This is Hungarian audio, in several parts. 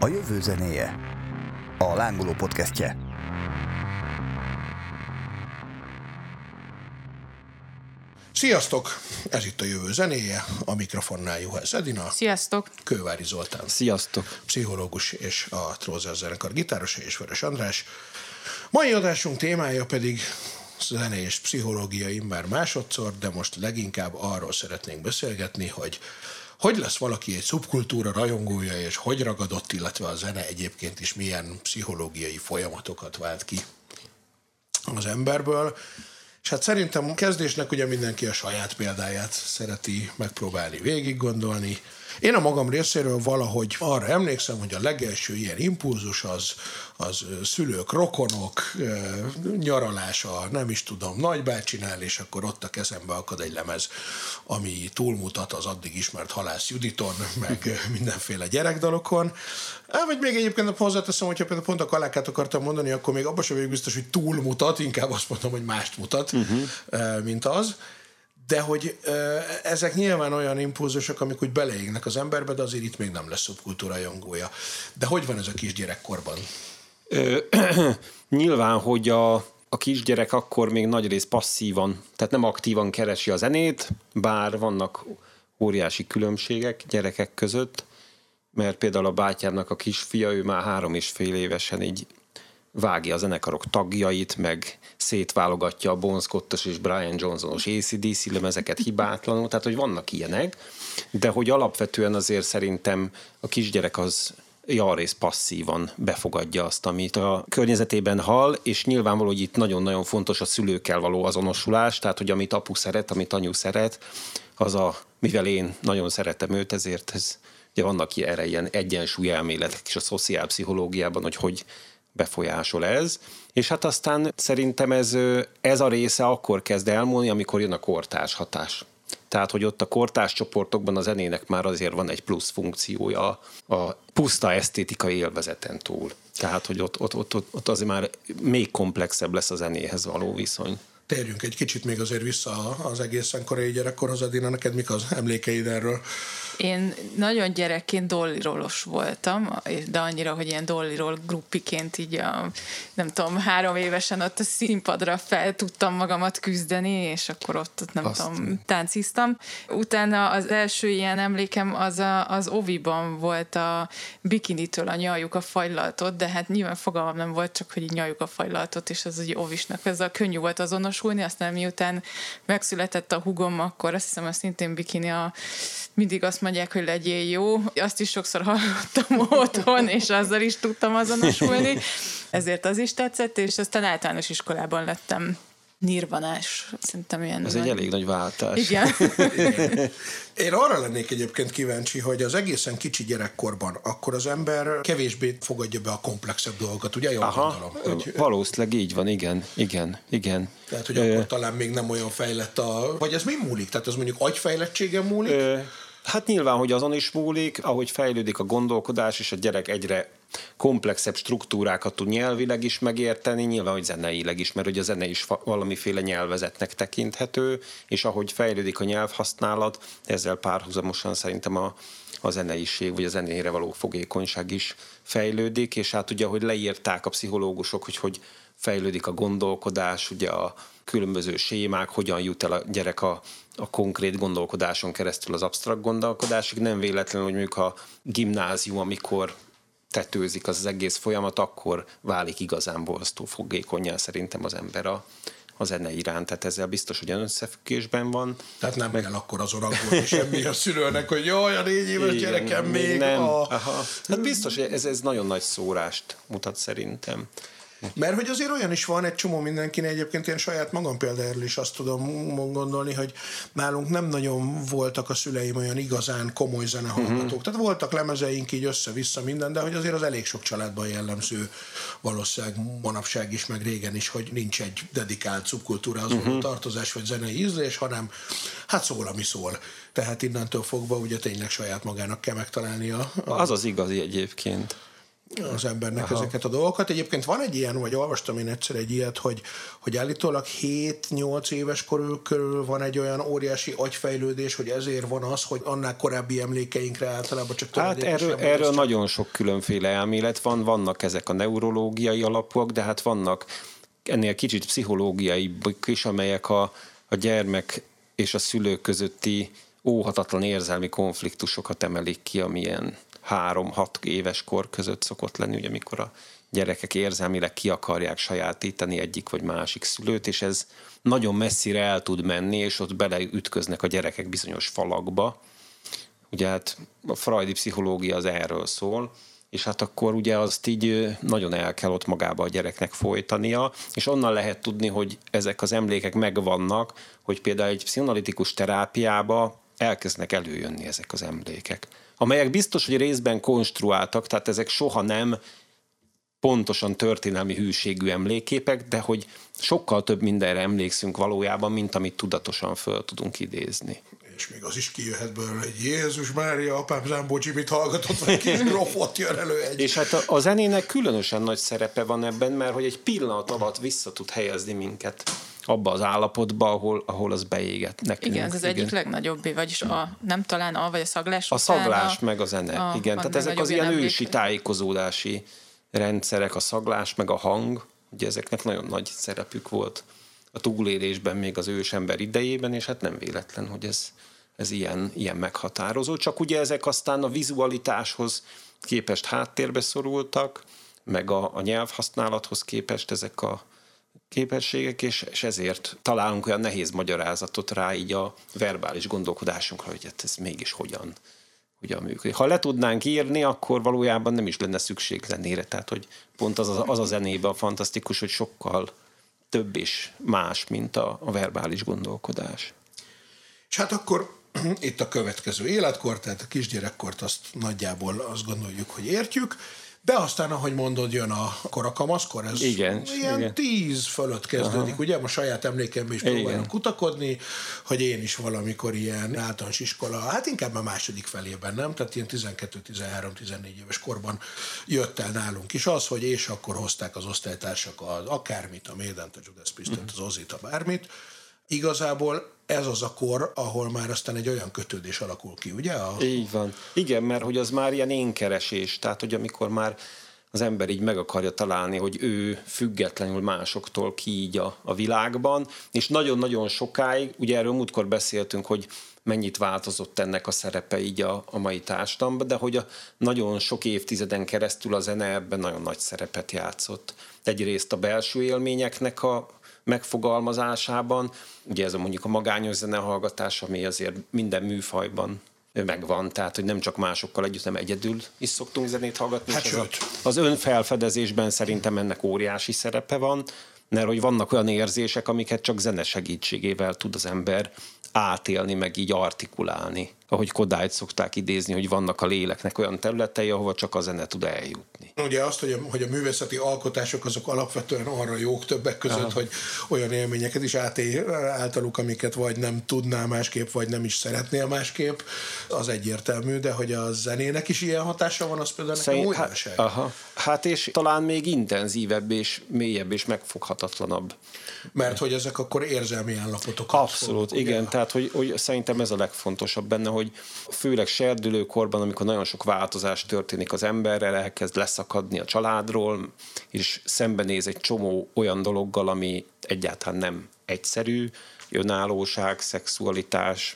A jövő zenéje. A Lángoló podcastje. Sziasztok! Ez itt a jövő zenéje, a mikrofonnál Juhász Edina. Sziasztok! Kővári Zoltán. Sziasztok! Pszichológus és a Trózer zenekar gitárosa és Vörös András. Mai adásunk témája pedig zene és pszichológia immár másodszor, de most leginkább arról szeretnénk beszélgetni, hogy lesz valaki egy szubkultúra rajongója, és hogy ragadott, illetve a zene egyébként is milyen pszichológiai folyamatokat vált ki az emberből. És hát szerintem kezdésnek ugye mindenki a saját példáját szereti megpróbálni végig gondolni. Én a magam részéről valahogy arra emlékszem, hogy a legelső ilyen impulzus az szülők, rokonok, nyaralása, nem is tudom, nagybácsinál, és akkor ott a kezembe akad egy lemez, ami túlmutat az addig ismert Halász Juditon, meg mindenféle gyerekdalokon. Vagy még egyébként hozzáteszem, hogyha például pont a Kalákát akartam mondani, akkor még abban sem vagyok biztos, hogy túlmutat, inkább azt mondom, hogy mást mutat, mint az. De hogy ezek nyilván olyan impulzusok, amik úgy beleégnek az emberbe, de azért itt még nem lesz szubkultúra rajongója. De hogy van ez a kisgyerekkorban? Nyilván, hogy a kisgyerek akkor még nagyrészt passzívan, tehát nem aktívan keresi a zenét, bár vannak óriási különbségek gyerekek között, mert például a bátyámnak a kisfia, ő már 3,5 évesen így vágja a zenekarok tagjait, meg szétválogatja a Bon Scottos és Brian Johnsonos AC/DC lemezeket hibátlanul, tehát hogy vannak ilyenek, de hogy alapvetően azért szerintem a kisgyerek az javarészt passzívan befogadja azt, amit a környezetében hall, és nyilvánvaló, hogy itt nagyon-nagyon fontos a szülőkkel való azonosulás, tehát hogy amit apu szeret, amit anyu szeret, mivel én nagyon szeretem őt, ezért ugye vannak erre ilyen egyensúly elméletek is a szociálpszichológiában, hogy befolyásol ez, és hát aztán szerintem ez a része akkor kezd elmúlni, amikor jön a kortárs hatás. Tehát, hogy ott a kortárs csoportokban a zenének már azért van egy plusz funkciója a puszta esztétikai élvezeten túl. Tehát, hogy ott azért már még komplexebb lesz a zenéhez való viszony. Térjünk egy kicsit még azért vissza az egészen korai gyerekkorhoz. Adina, neked mik az emlékeid erről? Én nagyon gyerekként dollirolos voltam, de annyira, hogy ilyen dollirol gruppiként így nem tudom, 3 évesen ott a színpadra fel tudtam magamat küzdeni, és akkor ott nem tudom, tánciztam. Utána az első ilyen emlékem az Oviban volt a Bikinitől a Nyaljuk a fagylaltot, de hát nyilván fogalmam nem volt, csak hogy így nyaljuk a fagylaltot, és az ugye Ovisnak ezzel könnyű volt azonosulni, aztán miután megszületett a húgom, akkor azt hiszem, hogy szintén Bikini mindig azt mondják, hogy legyél jó. Azt is sokszor hallottam otthon, és azzal is tudtam azonosulni. Ezért az is tetszett, és aztán általános iskolában lettem nirvanás. Szerintem ilyen... Ez egy elég nagy váltás. Igen. Én arra lennék egyébként kíváncsi, hogy az egészen kicsi gyerekkorban akkor az ember kevésbé fogadja be a komplexebb dolgokat, ugye? Jól gondolom. Valószínűleg így van, igen. Tehát, hogy akkor talán még nem olyan fejlett Vagy ez mi múlik? Tehát ez mondjuk agyfejlettségen múlik? Hát nyilván, hogy azon is múlik, ahogy fejlődik a gondolkodás, és a gyerek egyre komplexebb struktúrákat tud nyelvileg is megérteni, nyilván, hogy zeneileg is, mert ugye a zene is valamiféle nyelvezetnek tekinthető, és ahogy fejlődik a nyelvhasználat, ezzel párhuzamosan szerintem a zeneiség, vagy a zenére való fogékonyság is fejlődik, és hát ugye, ahogy leírták a pszichológusok, hogy fejlődik a gondolkodás, ugye a különböző sémák, hogyan jut el a gyerek a konkrét gondolkodáson keresztül az absztrakt gondolkodásig. Nem véletlenül, hogy mondjuk a gimnázium, amikor tetőzik az egész folyamat, akkor válik igazán borzasztó fogékonnyá szerintem az ember a zene iránt. Tehát ezzel biztos, hogy összefüggésben van. Tehát nem kell akkor azon aggódni semmi a szülőnek, hogy jaj, a 4 éves gyerekem még nem. Hát biztos, hogy ez nagyon nagy szórást mutat szerintem. Mert hogy azért olyan is van egy csomó mindenkinek, egyébként én saját magam például is azt tudom gondolni, hogy nálunk nem nagyon voltak a szüleim olyan igazán komoly zenehallgatók. Tehát voltak lemezeink így össze-vissza minden, de hogy azért az elég sok családban jellemző, valószínűleg manapság is, meg régen is, hogy nincs egy dedikált szubkultúrához való tartozás vagy zenei ízlés, hanem hát szól, ami szól. Tehát innentől fogva ugye tényleg saját magának kell megtalálnia. Az az igazi egyébként. az embernek ezeket a dolgokat. Egyébként van egy ilyen, vagy olvastam én egyszer egy ilyet, hogy állítólag 7-8 éves körül van egy olyan óriási agyfejlődés, hogy ezért van az, hogy annál korábbi emlékeinkre általában csak erről nagyon sok különféle elmélet van, vannak ezek a neurológiai alapúak, de hát vannak ennél kicsit pszichológiai is, amelyek a gyermek és a szülők közötti óhatatlan érzelmi konfliktusokat emelik ki, amilyen 3-6 éves kor között szokott lenni, ugye, amikor a gyerekek érzelmileg ki akarják sajátítani egyik vagy másik szülőt, és ez nagyon messzire el tud menni, és ott beleütköznek a gyerekek bizonyos falakba. Ugye hát a freudi pszichológia az erről szól, és hát akkor ugye azt így nagyon el kell ott magába a gyereknek folytania, és onnan lehet tudni, hogy ezek az emlékek megvannak, hogy például egy pszichoanalitikus terápiába elkezdnek előjönni ezek az emlékek, amelyek biztos, hogy részben konstruáltak, tehát ezek soha nem pontosan történelmi hűségű emlékképek, de hogy sokkal több mindenre emlékszünk valójában, mint amit tudatosan föl tudunk idézni. És még az is kijöhet belőle, hogy Jézus Mária, apám Zámbó Jimmy-t hallgatott, vagy kis grofot jön elő egy. És hát a zenének különösen nagy szerepe van ebben, mert hogy egy pillanat alatt vissza tud helyezni minket abba az állapotba, ahol az beégett nekünk. Igen, ez az egyik legnagyobb, vagyis nem talán vagy a szaglás. A szaglás meg a zene, igen. Tehát ezek az ilyen ősi tájékozódási rendszerek, a szaglás meg a hang, ugye ezeknek nagyon nagy szerepük volt a túlélésben még az ősember idejében, és hát nem véletlen, hogy ez ilyen meghatározó. Csak ugye ezek aztán a vizualitáshoz képest háttérbe szorultak, meg a nyelvhasználathoz képest ezek a képességek, és ezért találunk olyan nehéz magyarázatot rá így a verbális gondolkodásunkra, hogy hát ez mégis hogyan működik. Ha le tudnánk írni, akkor valójában nem is lenne szükség zenére, tehát hogy pont az a zenében fantasztikus, hogy sokkal több és más, mint a verbális gondolkodás. És hát akkor itt a következő életkor, tehát a kisgyerekkort azt nagyjából azt gondoljuk, hogy értjük, de aztán, ahogy mondod, jön a kamaszkor, ez igen, ilyen 10 fölött kezdődik, ugye? A saját emlékemben is próbálunk kutakodni, hogy én is valamikor ilyen általános iskola, hát inkább a második felében, nem? Tehát ilyen 12-13-14 éves korban jött el nálunk is az, hogy és akkor hozták az osztálytársak akármit, a Médent, a Judas Priest-t, az Ozit, a bármit. Igazából ez az a kor, ahol már aztán egy olyan kötődés alakul ki, ugye? Így van. Igen, mert hogy az már ilyen énkeresés, tehát hogy amikor már az ember így meg akarja találni, hogy ő függetlenül másoktól ki így a világban, és nagyon-nagyon sokáig, ugye erről múltkor beszéltünk, hogy mennyit változott ennek a szerepe így a mai társadalomban, de hogy a nagyon sok évtizeden keresztül a zene ebben nagyon nagy szerepet játszott. Egyrészt a belső élményeknek a megfogalmazásában, ugye ez mondjuk a magányos zenehallgatás, ami azért minden műfajban megvan, tehát hogy nem csak másokkal együtt, nem egyedül is szoktunk zenét hallgatni. Hát az önfelfedezésben szerintem ennek óriási szerepe van, mert hogy vannak olyan érzések, amiket csak zene segítségével tud az ember átélni, meg így artikulálni. Ahogy Kodályt szokták idézni, hogy vannak a léleknek olyan területei, ahova csak a zene tud eljutni. Ugye azt, hogy a művészeti alkotások azok alapvetően arra jók többek között, hogy olyan élményeket is általuk, amiket vagy nem tudnál másképp, vagy nem is szeretnél másképp, az egyértelmű, de hogy a zenének is ilyen hatása van, az például nekem újdonság. Hát és talán még intenzívebb és mélyebb és megfoghatatlanabb. Mert hogy ezek akkor érzelmi állapotok. Abszolút, igen, tehát hogy szerintem ez a legfontosabb benne, hogy főleg serdülőkorban, amikor nagyon sok változás történik az emberrel, elkezd leszakadni a családról, és szembenéz egy csomó olyan dologgal, ami egyáltalán nem egyszerű, önállóság, szexualitás,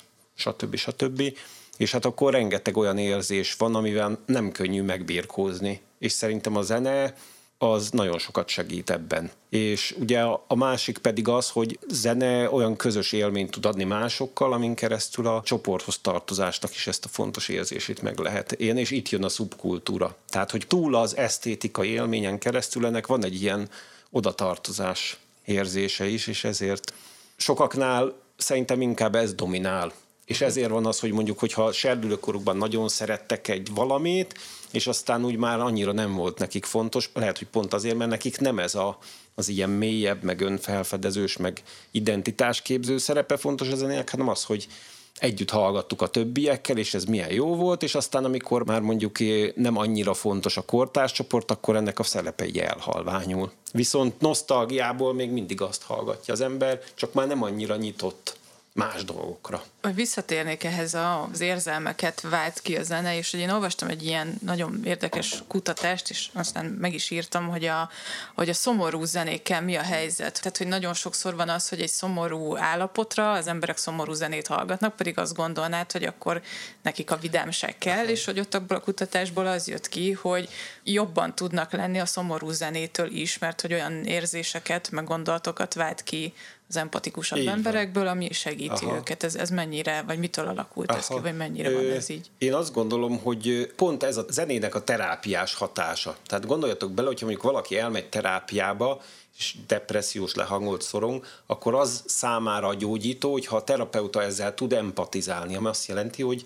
stb. És hát akkor rengeteg olyan érzés van, amivel nem könnyű megbirkózni. És szerintem a zene az nagyon sokat segít ebben. És ugye a másik pedig az, hogy zene olyan közös élményt tud adni másokkal, amin keresztül a csoporthoz tartozásnak is ezt a fontos érzését meg lehet élni, és itt jön a szubkultúra. Tehát, hogy túl az esztétikai élményen keresztül ennek van egy ilyen odatartozás érzése is, és ezért sokaknál szerintem inkább ez dominál. És ezért van az, hogy mondjuk, hogyha serdülőkorukban nagyon szerettek egy valamit, és aztán úgy már annyira nem volt nekik fontos, lehet, hogy pont azért, mert nekik nem ez az ilyen mélyebb, meg önfelfedezős, meg identitásképző szerepe fontos a zenének, hanem az, hogy együtt hallgattuk a többiekkel, és ez milyen jó volt, és aztán amikor már mondjuk nem annyira fontos a kortárscsoport, akkor ennek a szerepe így elhalványul. Viszont nosztalgiából még mindig azt hallgatja az ember, csak már nem annyira nyitott más dolgokra. Hogy visszatérnék ehhez az érzelmeket vált ki a zene, és hogy én olvastam egy ilyen nagyon érdekes kutatást, és aztán meg is írtam, hogy a szomorú zenékkel mi a helyzet. Tehát, hogy nagyon sokszor van az, hogy egy szomorú állapotra az emberek szomorú zenét hallgatnak, pedig azt gondolnád, hogy akkor nekik a vidámság kell, és hogy ott abból a kutatásból az jött ki, hogy jobban tudnak lenni a szomorú zenétől is, mert hogy olyan érzéseket, meg gondolatokat vált ki az empatikusabb emberekből, ami segíti őket. Ez mennyire, vagy mitől alakult ez ki, vagy mennyire van ez így? Én azt gondolom, hogy pont ez a zenének a terápiás hatása. Tehát gondoljatok bele, hogyha mondjuk valaki elmegy terápiába, és depressziós lehangolt szorong, akkor az számára a gyógyító, hogyha a terapeuta ezzel tud empatizálni, ami azt jelenti, hogy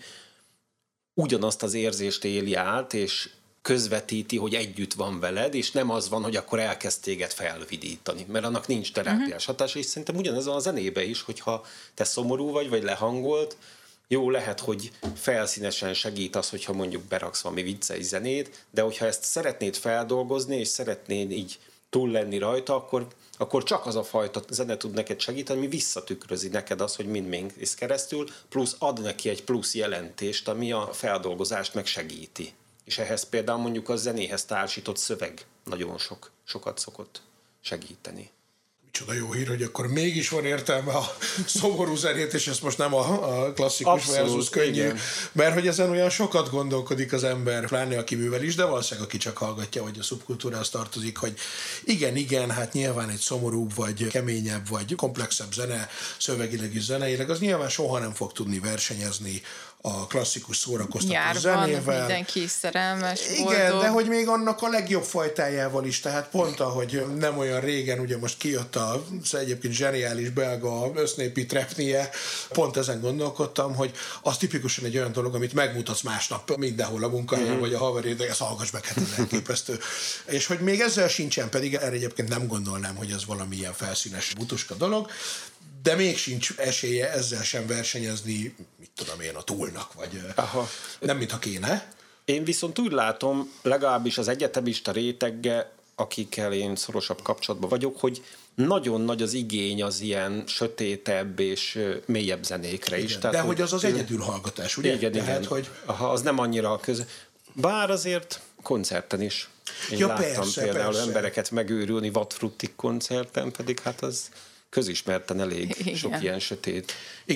ugyanazt az érzést éli át, és közvetíti, hogy együtt van veled, és nem az van, hogy akkor elkezd téged felvidítani, mert annak nincs terápiás hatása, és szerintem ugyanez van a zenébe is, hogyha te szomorú vagy lehangolt, jó, lehet, hogy felszínesen segít az, hogyha mondjuk beraksz valami vicces zenét, de hogyha ezt szeretnéd feldolgozni, és szeretnéd így túl lenni rajta, akkor csak az a fajta zene tud neked segíteni, ami visszatükrözi neked azt, hogy mind mész keresztül, plusz ad neki egy plusz jelentést, ami a feldolgozást meg segíti. És ehhez például mondjuk a zenéhez társított szöveg nagyon sokat szokott segíteni. Micsoda jó hír, hogy akkor mégis van értelme a szomorú zenét, és ez most nem a klasszikus Abszolút, versus könnyű, igen. mert hogy ezen olyan sokat gondolkodik az ember, pláne aki művel is, de valószínűleg aki csak hallgatja, vagy a szubkultúrához tartozik, hogy igen, hát nyilván egy szomorúbb, vagy keményebb, vagy komplexebb zene, szövegileg is zeneileg, az nyilván soha nem fog tudni versenyezni a klasszikus szórakoztató zenével. Mindenki szerelmes, boldog. Igen, de hogy még annak a legjobb fajtájával is, tehát pont ahogy nem olyan régen, ugye most kijött az egyébként zseniális belga össznépi trepnie, pont ezen gondolkodtam, hogy az tipikusan egy olyan dolog, amit megmutatsz másnap mindenhol a munkahelyen, vagy a haverét, ezt hallgass meg, hát ez elképesztő. És hogy még ezzel sincsen, pedig erre egyébként nem gondolnám, hogy ez valamilyen felszínes butuska dolog, de még sincs esélye ezzel sem versenyezni, mit tudom én, a Toolnak, vagy nem mintha kéne. Én viszont úgy látom, legalábbis az egyetemista réteggel, akikkel én szorosabb kapcsolatban vagyok, hogy nagyon nagy az igény az ilyen sötétebb és mélyebb zenékre is. Igen, tehát, de hogy az egyedül hallgatás, ugye? Igen, tehát, igen. Hogy... Az nem annyira Bár azért koncerten is. Én láttam például embereket megőrülni Vadfruttik koncerten, pedig hát az közismerten elég sok ilyen sötét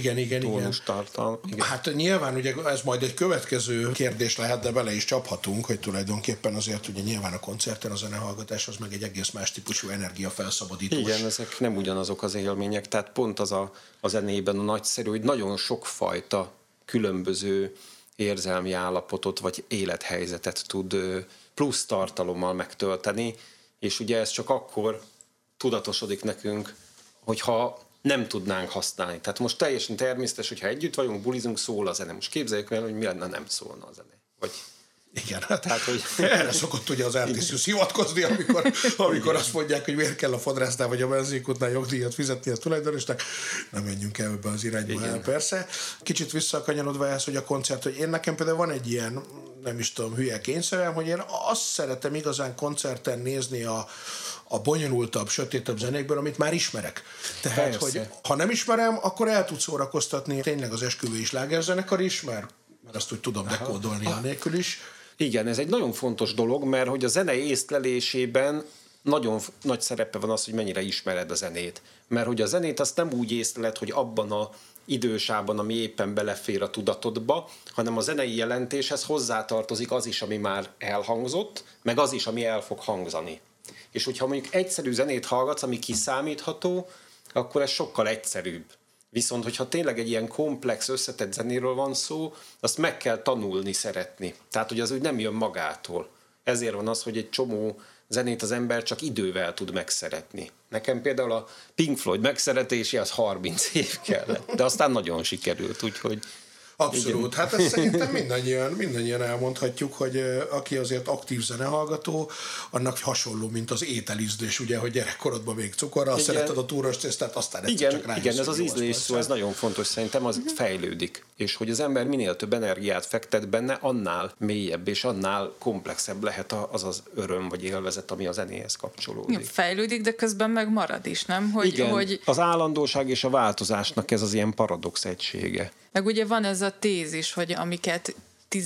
tónus tartalma. Hát nyilván ugye ez majd egy következő kérdés lehet, de bele is csaphatunk, hogy tulajdonképpen azért ugye nyilván a koncerten a zenehallgatás az meg egy egész más típusú energiafelszabadítós. Igen, ezek nem ugyanazok az élmények, tehát pont az a zenében a nagyszerű, hogy nagyon sokfajta különböző érzelmi állapotot vagy élethelyzetet tud plusz tartalommal megtölteni, és ugye ez csak akkor tudatosodik nekünk, hogyha nem tudnánk használni. Tehát most teljesen természetes, hogyha együtt vagyunk, bulizunk, szól a zene. Most képzeljük el, hogy mi lenne, nem szólna a zene. Vagy... Igen, tehát hogy... erre szokott ugye az Artisius hivatkozni, amikor azt mondják, hogy miért kell a fodrásznál vagy a benzinkútnál jogdíjat fizetni a tulajdonosnak. Nem menjünk el ebbe az irányba el, persze. Kicsit visszakanyarodva ehhez, hogy a koncert, hogy én nekem például van egy ilyen, nem is tudom, hülye kényszerem, hogy én azt szeretem igazán koncerten nézni a bonyolultabb, sötétebb zenékből, amit már ismerek. Tehát, hogy ha nem ismerem, akkor el tud szórakoztatni tényleg az esküvői slágerzenekar is, mert azt úgy tudom dekódolni anélkül is. Igen, ez egy nagyon fontos dolog, mert hogy a zene észlelésében nagyon nagy szerepe van az, hogy mennyire ismered a zenét. Mert hogy a zenét azt nem úgy észleled, hogy abban a idősában, ami éppen belefér a tudatodba, hanem a zenei jelentéshez hozzátartozik az is, ami már elhangzott, meg az is, ami el fog hangzani. És hogyha mondjuk egyszerű zenét hallgatsz, ami kiszámítható, akkor ez sokkal egyszerűbb. Viszont, hogyha tényleg egy ilyen komplex, összetett zenéről van szó, azt meg kell tanulni, szeretni. Tehát, hogy az úgy nem jön magától. Ezért van az, hogy egy csomó zenét az ember csak idővel tud megszeretni. Nekem például a Pink Floyd megszeretéséhez 30 év kellett, de aztán nagyon sikerült, úgyhogy... Abszolút. Hát ezt szerintem mindannyian elmondhatjuk, hogy aki azért aktív zenehallgató, annak hasonló, mint az ételízlés, ugye, hogy gyerekkorodban még cukorral szereted a túros tésztát, aztán egyszer csak rájössz. Igen, ez az ízlés szó, ez nagyon fontos szerintem, az fejlődik. És hogy az ember minél több energiát fektet benne, annál mélyebb és annál komplexebb lehet az öröm vagy élvezet, ami a zenéhez kapcsolódik. Fejlődik, de közben meg marad is, nem? Hogy az állandóság és a változásnak ez az ilyen paradox egysége. Meg ugye van ez a tézis, hogy amiket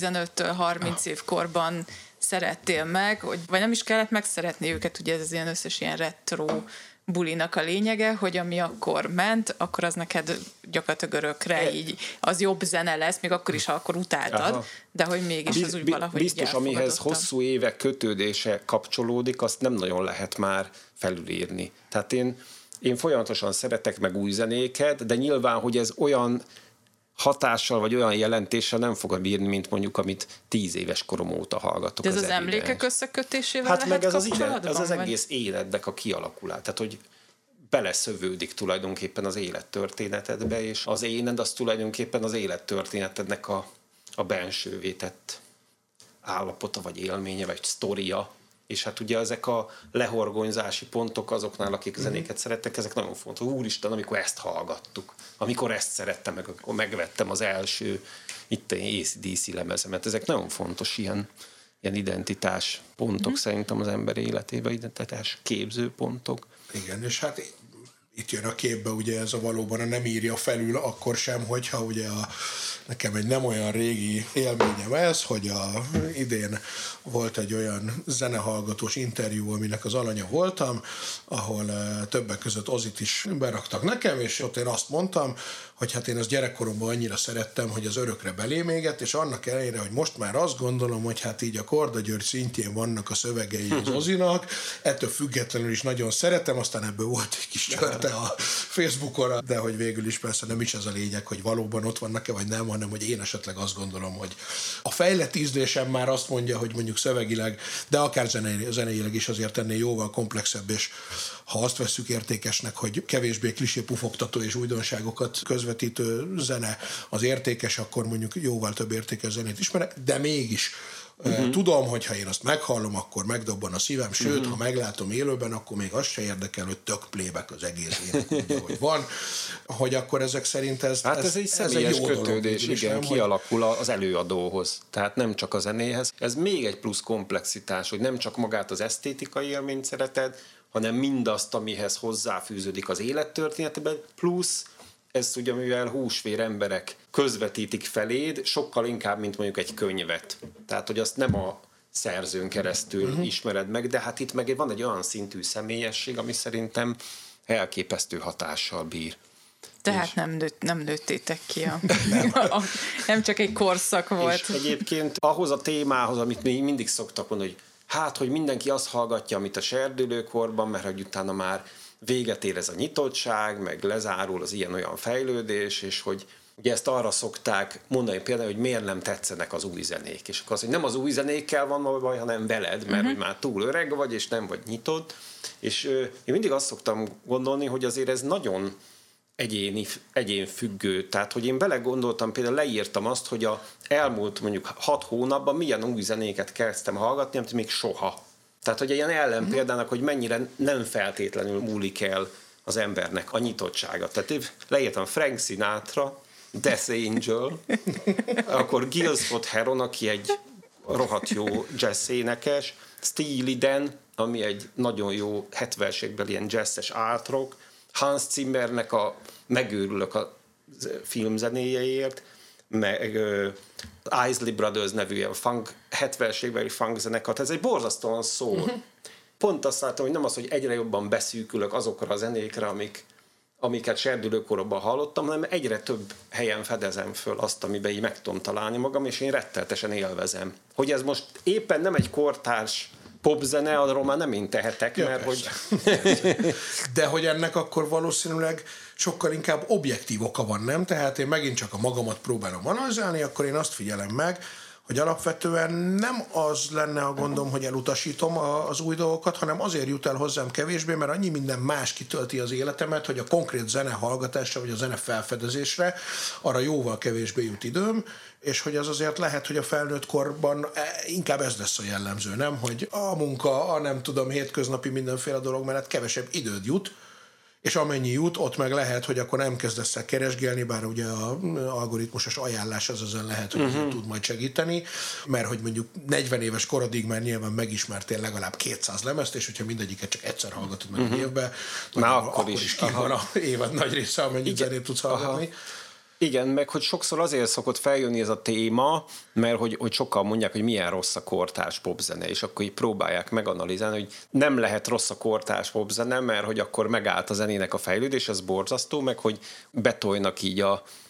15-30 évkorban szerettél meg, vagy nem is kellett megszeretni őket, ugye ez az ilyen összes ilyen retro bulinak a lényege, hogy ami akkor ment, akkor az neked gyakorlatilag örökre így az jobb zene lesz, még akkor is, ha akkor utáltad, de hogy mégis az úgy valahogy biztos, amihez hosszú évek kötődése kapcsolódik, azt nem nagyon lehet már felülírni. Tehát én folyamatosan szeretek meg új zenéket, de nyilván, hogy ez olyan hatással vagy olyan jelentéssel nem fogom bírni, mint mondjuk, amit 10 éves korom óta hallgatok. De ez az emlékek összekötésével hát lehet meg ez az vagy? egész életnek a kialakulás. Tehát, hogy beleszövődik tulajdonképpen az élettörténetedbe, és az éned az tulajdonképpen az élettörténetednek a bensővé tett állapota, vagy élménye, vagy sztoria. És hát ugye ezek a lehorgonyzási pontok azoknál, akik zenéket szerettek, ezek nagyon fontos. Úristen, amikor ezt hallgattuk, amikor ezt szerettem, meg akkor megvettem az első AC/DC lemezemet. Ezek nagyon fontos ilyen identitás pontok szerintem az ember életében, identitás képző pontok. Igen, és hát itt jön a képbe ugye ez a valóban a nem írja felül akkor sem, hogyha ugye nekem egy nem olyan régi élményem ez, hogy idén volt egy olyan zenehallgatós interjú, aminek az alanya voltam, ahol többek között Ozit is beraktak nekem, és ott én azt mondtam, hogy hát én azt gyerekkoromban annyira szerettem, hogy az örökre belém égett, és annak ellenére, hogy most már azt gondolom, hogy hát így a Korda György szintjén vannak a szövegei az Ozinak, ettől függetlenül is nagyon szeretem, aztán ebből volt egy kis csörte a Facebookon, de hogy végül is persze nem is ez a lényeg, hogy valóban ott vannak-e, vagy nem, hanem hogy én esetleg azt gondolom, hogy a fejlett ízlésem már azt mondja, hogy mondjuk szövegileg, de akár zeneileg is azért ennél jóval komplexebb, és ha azt vesszük értékesnek, hogy kevésbé klisé pufogtató és újdonságokat közvetítő zene az értékes, akkor mondjuk jóval több értékes zenét ismerek, de mégis tudom, hogy ha én azt meghallom, akkor megdobban a szívem, sőt, ha meglátom élőben, akkor még az se érdekel, hogy tök playback az egész ének, hogy van, hogy akkor ezek szerint ez egy személyes kötődés, igen, kialakul az előadóhoz, tehát nem csak a zenéhez. Ez még egy plusz komplexitás, hogy nem csak magát az esztétikai élményt szereted, hanem mindazt, amihez hozzáfűződik az élettörténetben, plusz ezt ugye, mivel húsvér emberek közvetítik feléd, sokkal inkább, mint mondjuk egy könyvet. Tehát, hogy azt nem a szerzőn keresztül ismered meg, de hát itt meg van egy olyan szintű személyesség, ami szerintem elképesztő hatással bír. Tehát nem nőttétek ki nem csak egy korszak volt. És egyébként ahhoz a témához, amit még mindig szoktak mondani, hogy hát, hogy mindenki azt hallgatja, amit a serdülőkorban, mert hogy utána már véget ér ez a nyitottság, meg lezárul az ilyen-olyan fejlődés, és hogy ugye ezt arra szokták mondani például, hogy miért nem tetszenek az új zenék. És akkor az, hogy nem az új zenékkel van baj, hanem veled, mert hogy már túl öreg vagy, és nem vagy nyitott. És én mindig azt szoktam gondolni, hogy azért ez nagyon egyénfüggő. Tehát, hogy én belegondoltam, például leírtam azt, hogy a elmúlt mondjuk 6 hónapban milyen új zenéket kezdtem hallgatni, amit még soha. Tehát, hogy ilyen ellenpéldának, hogy mennyire nem feltétlenül múlik el az embernek a nyitottsága. Tehát én leírtam Frank Sinatra, Death Angel, akkor Gil Scott Heron, aki egy rohadt jó jazz énekes, Steely Dan, ami egy nagyon jó 70-es évekbeli ilyen jazzes art rock, Hans Zimmernek megőrülök a filmzenéjeért, meg Isley Brothers nevű 70-es évekbeli funk zenekar. Ez egy borzasztóan szól. Pont azt látom, hogy nem az, hogy egyre jobban beszűkülök azokra a zenékre, amiket serdülőkoromban hallottam, hanem egyre több helyen fedezem föl azt, amiben így meg tudom találni magam, és én retteltesen élvezem. Hogy ez most éppen nem egy kortárs popzene, arról már nem én tehetek, mert hogy... De hogy ennek akkor valószínűleg sokkal inkább objektív oka van, nem? Tehát én megint csak a magamat próbálom analizálni, akkor én azt figyelem meg, hogy alapvetően nem az lenne a gondom, hogy elutasítom az új dolgokat, hanem azért jut el hozzám kevésbé, mert annyi minden más kitölti az életemet, hogy a konkrét zene hallgatásra, vagy a zene felfedezésre arra jóval kevésbé jut időm, és hogy az azért lehet, hogy a felnőtt korban inkább ez lesz a jellemző, nem? Hogy a munka, a nem tudom, hétköznapi mindenféle dolog mellett kevesebb időd jut, és amennyi jut, ott meg lehet, hogy akkor nem kezdesz el keresgélni, bár ugye az algoritmusos ajánlás az ezen lehet, hogy tud majd segíteni, mert hogy mondjuk 40 éves korodig már nyilván megismertél legalább 200 lemezt, és hogyha mindegyiket csak egyszer hallgatod meg egy évben, akkor is ki van a évad nagy része, amennyit zenét tudsz hallgatni. Igen, meg hogy sokszor azért szokott feljönni ez a téma, mert hogy sokan mondják, hogy milyen rossz a kortárs popzene, és akkor így próbálják meganalizálni, hogy nem lehet rossz a kortárs popzene, mert hogy akkor megállt a zenének a fejlődés, ez borzasztó, meg hogy betolnak így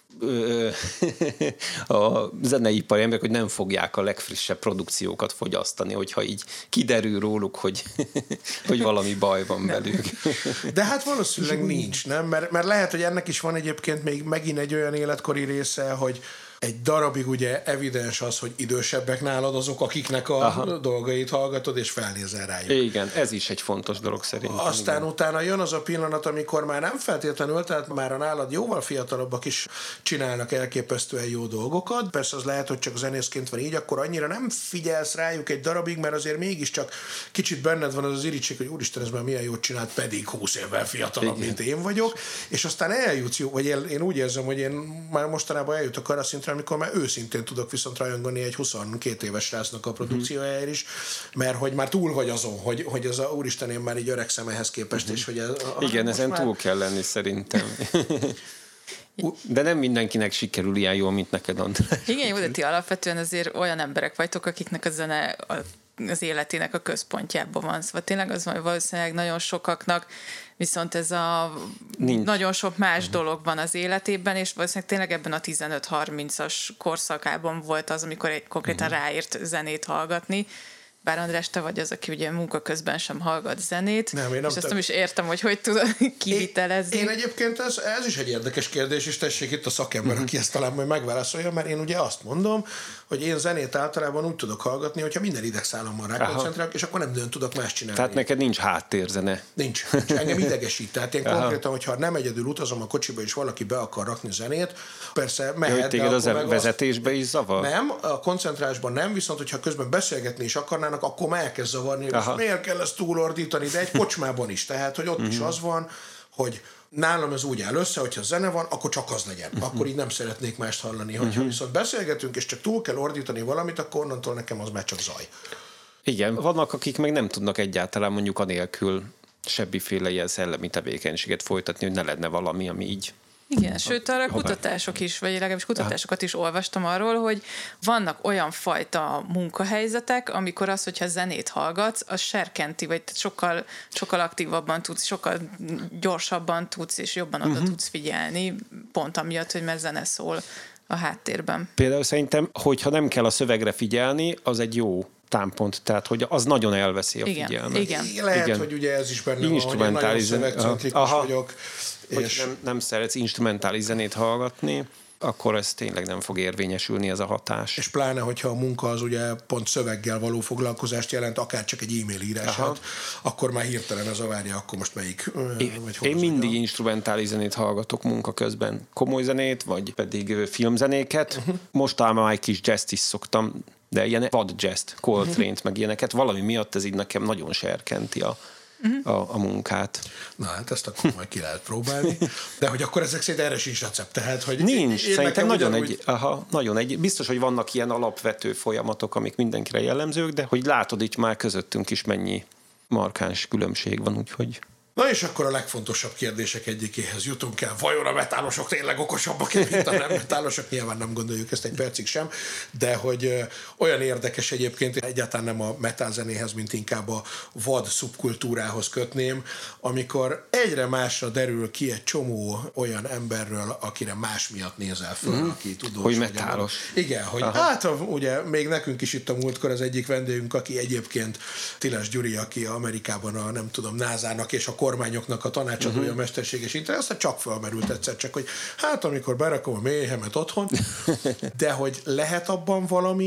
a zeneipari emberek, hogy nem fogják a legfrissebb produkciókat fogyasztani, hogyha így kiderül róluk, hogy valami baj van velük. De hát valószínűleg nincs, nem? Mert lehet, hogy ennek is van egyébként még megint egy olyan életkori része, hogy egy darabig ugye evidens az, hogy idősebbek nálad azok, akiknek a dolgait hallgatod, és felnézel rájuk. Igen, ez is egy fontos dolog szerintem. Aztán utána jön az a pillanat, amikor már nem feltétlenül, tehát már a nálad jóval fiatalabbak is csinálnak elképesztően jó dolgokat. Persze az lehet, hogy csak zenészként van így, akkor annyira nem figyelsz rájuk egy darabig, mert azért mégiscsak kicsit benned van az irítség, hogy úristen, ez már milyen jót csinált, pedig 20 évvel fiatalabb, mint én vagyok. És aztán eljutsz, vagy én úgy érzem, hogy én már mostanában eljutok arra szintre, amikor már őszintén tudok viszont rajongani egy 22 éves srácnak a produkciójáért is, mert hogy már túl vagy azon, hogy az a úristen, én már így öregszem ehhez képest, és hogy igen, ezen túl kell lenni szerintem. De nem mindenkinek sikerül ilyen jól, mint neked, András. Igen, jó, de ti alapvetően azért olyan emberek vagytok, akiknek a zene az életének a központjában van. Szóval tényleg az valószínűleg nagyon sokaknak, viszont ez nagyon sok más dolog van az életében, és valószínűleg tényleg ebben a 15-30-as korszakában volt az, amikor konkrétan ráírt zenét hallgatni. Bár András, te vagy az, aki ugye munka közben sem hallgat zenét, és ezt nem is értem, hogy tudod kivitelezni. Én egyébként ez is egy érdekes kérdés, és tessék itt a szakember, aki ezt talán majd megválaszolja, mert én ugye azt mondom, hogy én zenét általában úgy tudok hallgatni, hogyha minden idegszállammal rákoncentrálok, és akkor nem tudok más csinálni. Tehát neked nincs háttérzene. Nincs. Engem idegesít. Tehát én konkrétan, hogyha nem egyedül utazom a kocsiba, és valaki be akar rakni zenét, persze mehet. Hogy téged az vezetésbe is zavar? Nem, a koncentrálásban nem, viszont hogyha közben beszélgetni is akarnának, akkor már elkezd zavarni, hogy miért kell ezt túlordítani, de egy kocsmában is. Tehát, hogy ott is az van, hogy nálam ez úgy áll össze, hogyha zene van, akkor csak az legyen. Akkor így nem szeretnék mást hallani. Hogyha viszont beszélgetünk, és csak túl kell ordítani valamit, akkor onnantól nekem az már csak zaj. Igen, vannak, akik meg nem tudnak egyáltalán mondjuk anélkül semmiféle ilyen szellemi tevékenységet folytatni, hogy ne lenne valami, ami így. Igen, sőt, arra kutatások is, vagy legalábbis kutatásokat is olvastam arról, hogy vannak olyan fajta munkahelyzetek, amikor az, hogyha zenét hallgatsz, az serkenti, vagy sokkal aktívabban tudsz, sokkal gyorsabban tudsz, és jobban oda tudsz figyelni, pont amiatt, hogy mert zene szól a háttérben. Például szerintem, hogyha nem kell a szövegre figyelni, az egy jó támpont, tehát hogy az nagyon elveszi a figyelmet. Igen. Lehet, hogy ugye ez is benne van, hogy én nagyon szövegcentrikus vagyok. És nem szeretsz instrumentális zenét hallgatni, akkor ez tényleg nem fog érvényesülni, ez a hatás. És pláne, hogyha a munka az ugye pont szöveggel való foglalkozást jelent, akár csak egy e-mail írását, akkor már hirtelen ez a várja, akkor most melyik... Én mindig instrumentális zenét hallgatok munka közben. Komoly zenét, vagy pedig filmzenéket. Most már egy kis jazzt is szoktam, de ilyen vad jazzt, Coltrane-t, meg ilyeneket. Valami miatt ez így nekem nagyon serkenti a munkát. Na hát ezt akkor majd ki lehet próbálni. De hogy akkor ezek szerint erre sincs recept. Tehát, hogy nincs, szerintem nagyon egy. Biztos, hogy vannak ilyen alapvető folyamatok, amik mindenkire jellemzők, de hogy látod itt már közöttünk is mennyi markáns különbség van, úgyhogy... Na és akkor a legfontosabb kérdések egyikéhez jutunk el. Vajon a metálosok tényleg okosabbak, mint a nem metálosok? Nyilván nem gondoljuk ezt egy percig sem, de hogy olyan érdekes egyébként, egyáltalán nem a metálzenéhez, mint inkább a vad szubkultúrához kötném, amikor egyre másra derül ki egy csomó olyan emberről, akire más miatt nézel föl, aki tudós. Hogy metálos. Igen, hogy hát ugye még nekünk is itt a múltkor az egyik vendégünk, aki egyébként Tiles Gyuri, aki Amerikában a nem tudom, NASA-nak és a kormányoknak a tanácsadója, mesterséges intelligencia, aztán csak felmerült egyszer csak, hogy hát amikor berakom a méhemet otthon, de hogy lehet abban valami,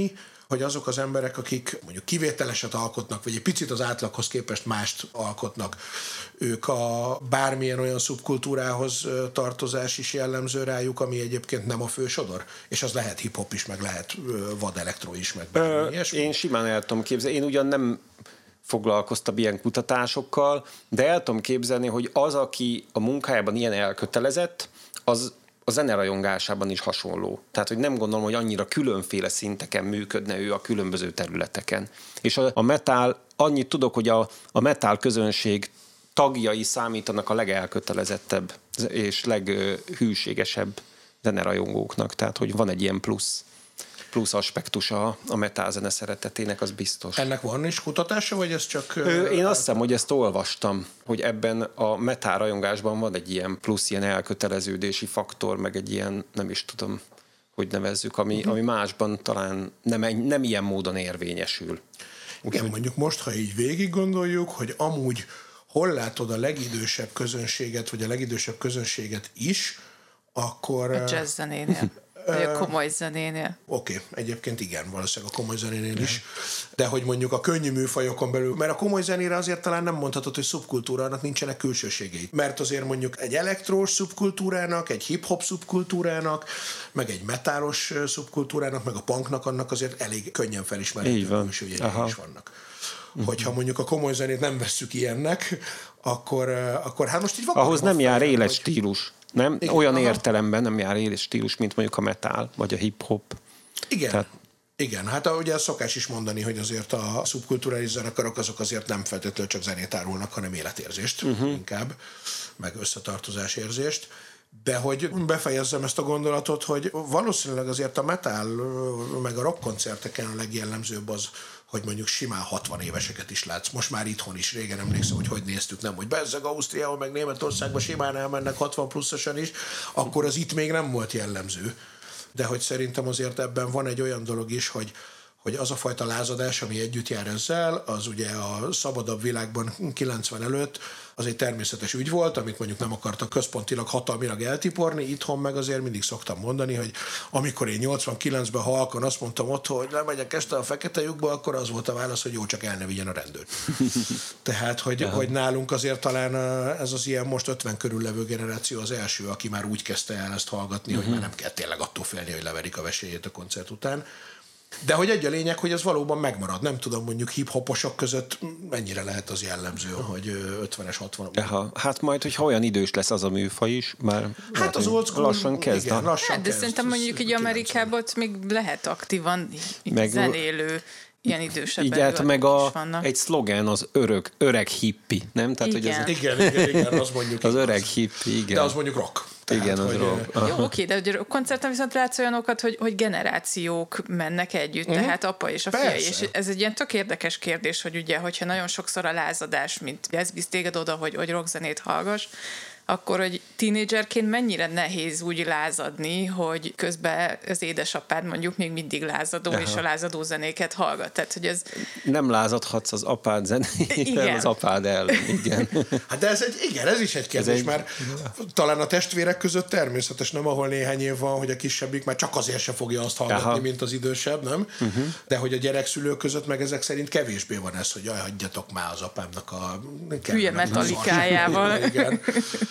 hogy azok az emberek, akik mondjuk kivételeset alkotnak, vagy egy picit az átlaghoz képest mást alkotnak, ők a bármilyen olyan szubkultúrához tartozás is jellemző rájuk, ami egyébként nem a fősodor, és az lehet hip-hop is, meg lehet vad elektro is, meg bármi ilyesmi. Én simán el tudom képzelni. Én ugyan nem foglalkoztam ilyen kutatásokkal, de el tudom képzelni, hogy az, aki a munkájában ilyen elkötelezett, az a zenerajongásában is hasonló. Tehát, hogy nem gondolom, hogy annyira különféle szinteken működne ő a különböző területeken. És a metal, annyit tudok, hogy a metal közönség tagjai számítanak a legelkötelezettebb és leghűségesebb zenerajongóknak. Tehát, hogy van egy ilyen plusz aspektusa a metal zene szeretetének, az biztos. Ennek van is kutatása, vagy ez csak... Én azt hiszem, hogy ezt olvastam, hogy ebben a metal rajongásban van egy ilyen plusz ilyen elköteleződési faktor, meg egy ilyen, nem is tudom, hogy nevezzük, ami másban talán nem ilyen módon érvényesül. Igen, mondjuk most, ha így végig gondoljuk, hogy amúgy hol látod a legidősebb közönséget, vagy a legidősebb közönséget is, akkor... A jazz zenénél. Vagy a komoly zenénél. Oké, egyébként igen, valószínűleg a komoly zenénél is. De hogy mondjuk a könnyű műfajokon belül, mert a komoly zenére azért talán nem mondhatod, hogy szubkultúra, annak nincsenek külsőségei. Mert azért mondjuk egy elektrós szubkultúrának, egy hip-hop szubkultúrának, meg egy metálos szubkultúrának, meg a punknak, annak azért elég könnyen felismerhető külsőjei is vannak. Hogyha mondjuk a komoly zenét nem vesszük ilyennek, akkor hát most így ahhoz nem jár éles stílus. Nem? Igen, olyan értelemben nem jár éles stílus, mint mondjuk a metal, vagy a hip-hop. Igen. Tehát... Igen, hát ugye szokás is mondani, hogy azért a szubkulturális zenekarok azok azért nem feltétlenül csak zenét árulnak, hanem életérzést inkább, meg összetartozásérzést. De hogy befejezzem ezt a gondolatot, hogy valószínűleg azért a metal meg a rock koncerteken a legjellemzőbb az, hogy mondjuk simán 60 éveseket is látsz. Most már itthon is, régen emlékszem, hogy néztük, nem, hogy bezzeg Ausztriában, meg Németországban simán elmennek 60 pluszosan is, akkor az itt még nem volt jellemző. De hogy szerintem azért ebben van egy olyan dolog is, hogy az a fajta lázadás, ami együtt jár ezzel, az ugye a szabadabb világban 90 előtt az egy természetes ügy volt, amit mondjuk nem akartak központilag hatalmilag eltiporni, itthon meg azért mindig szoktam mondani, hogy amikor én 89-ben halkan azt mondtam otthon, hogy lemegyek este a fekete lyukba, akkor az volt a válasz, hogy jó, csak el ne vigyen a rendőr. Tehát, hogy nálunk azért talán ez az ilyen most 50 körül levő generáció az első, aki már úgy kezdte el ezt hallgatni, hogy már nem kell tényleg attól félni, hogy leverik a vesélyét a koncert után. De hogy egy a lényeg, hogy ez valóban megmarad. Nem tudom, mondjuk hip-hoposok között mennyire lehet az jellemző, hogy 50-es, 60-as. Aha, hát majd, hogyha olyan idős lesz az a műfaj is, már hát az old school, lassan kezd. Igen, lassan hát, de szerintem mondjuk így Amerikában ott még lehet aktívan zenélő ilyen idősebb igen, meg egy szlogán az öreg hippi, nem? Tehát, igen. Hogy igen, az mondjuk az öreg hippi, igen. De az mondjuk rock. Tehát, igen, az rock. Jó, oké, de a koncerten viszont látsz olyanokat, hogy generációk mennek együtt, tehát apa és a fia, és ez egy ilyen tök érdekes kérdés, hogy ugye, hogyha nagyon sokszor a lázadás, mint ez visz téged oda, hogy rockzenét hallgass, akkor, hogy tínédzserként mennyire nehéz úgy lázadni, hogy közben az édesapád mondjuk még mindig lázadó, és a lázadó zenéket hallgat. Tehát, hogy ez... Nem lázadhatsz az apád zenével, az apád ellen, igen. Hát de ez is egy kérdés, mert talán a testvérek között természetes, nem, ahol néhány év van, hogy a kisebbik már csak azért se fogja azt hallgatni, mint az idősebb, nem? De hogy a gyerekszülők között meg ezek szerint kevésbé van ez, hogy jaj, hagyjatok már az apámnak a... hülye metalikájával. Igen.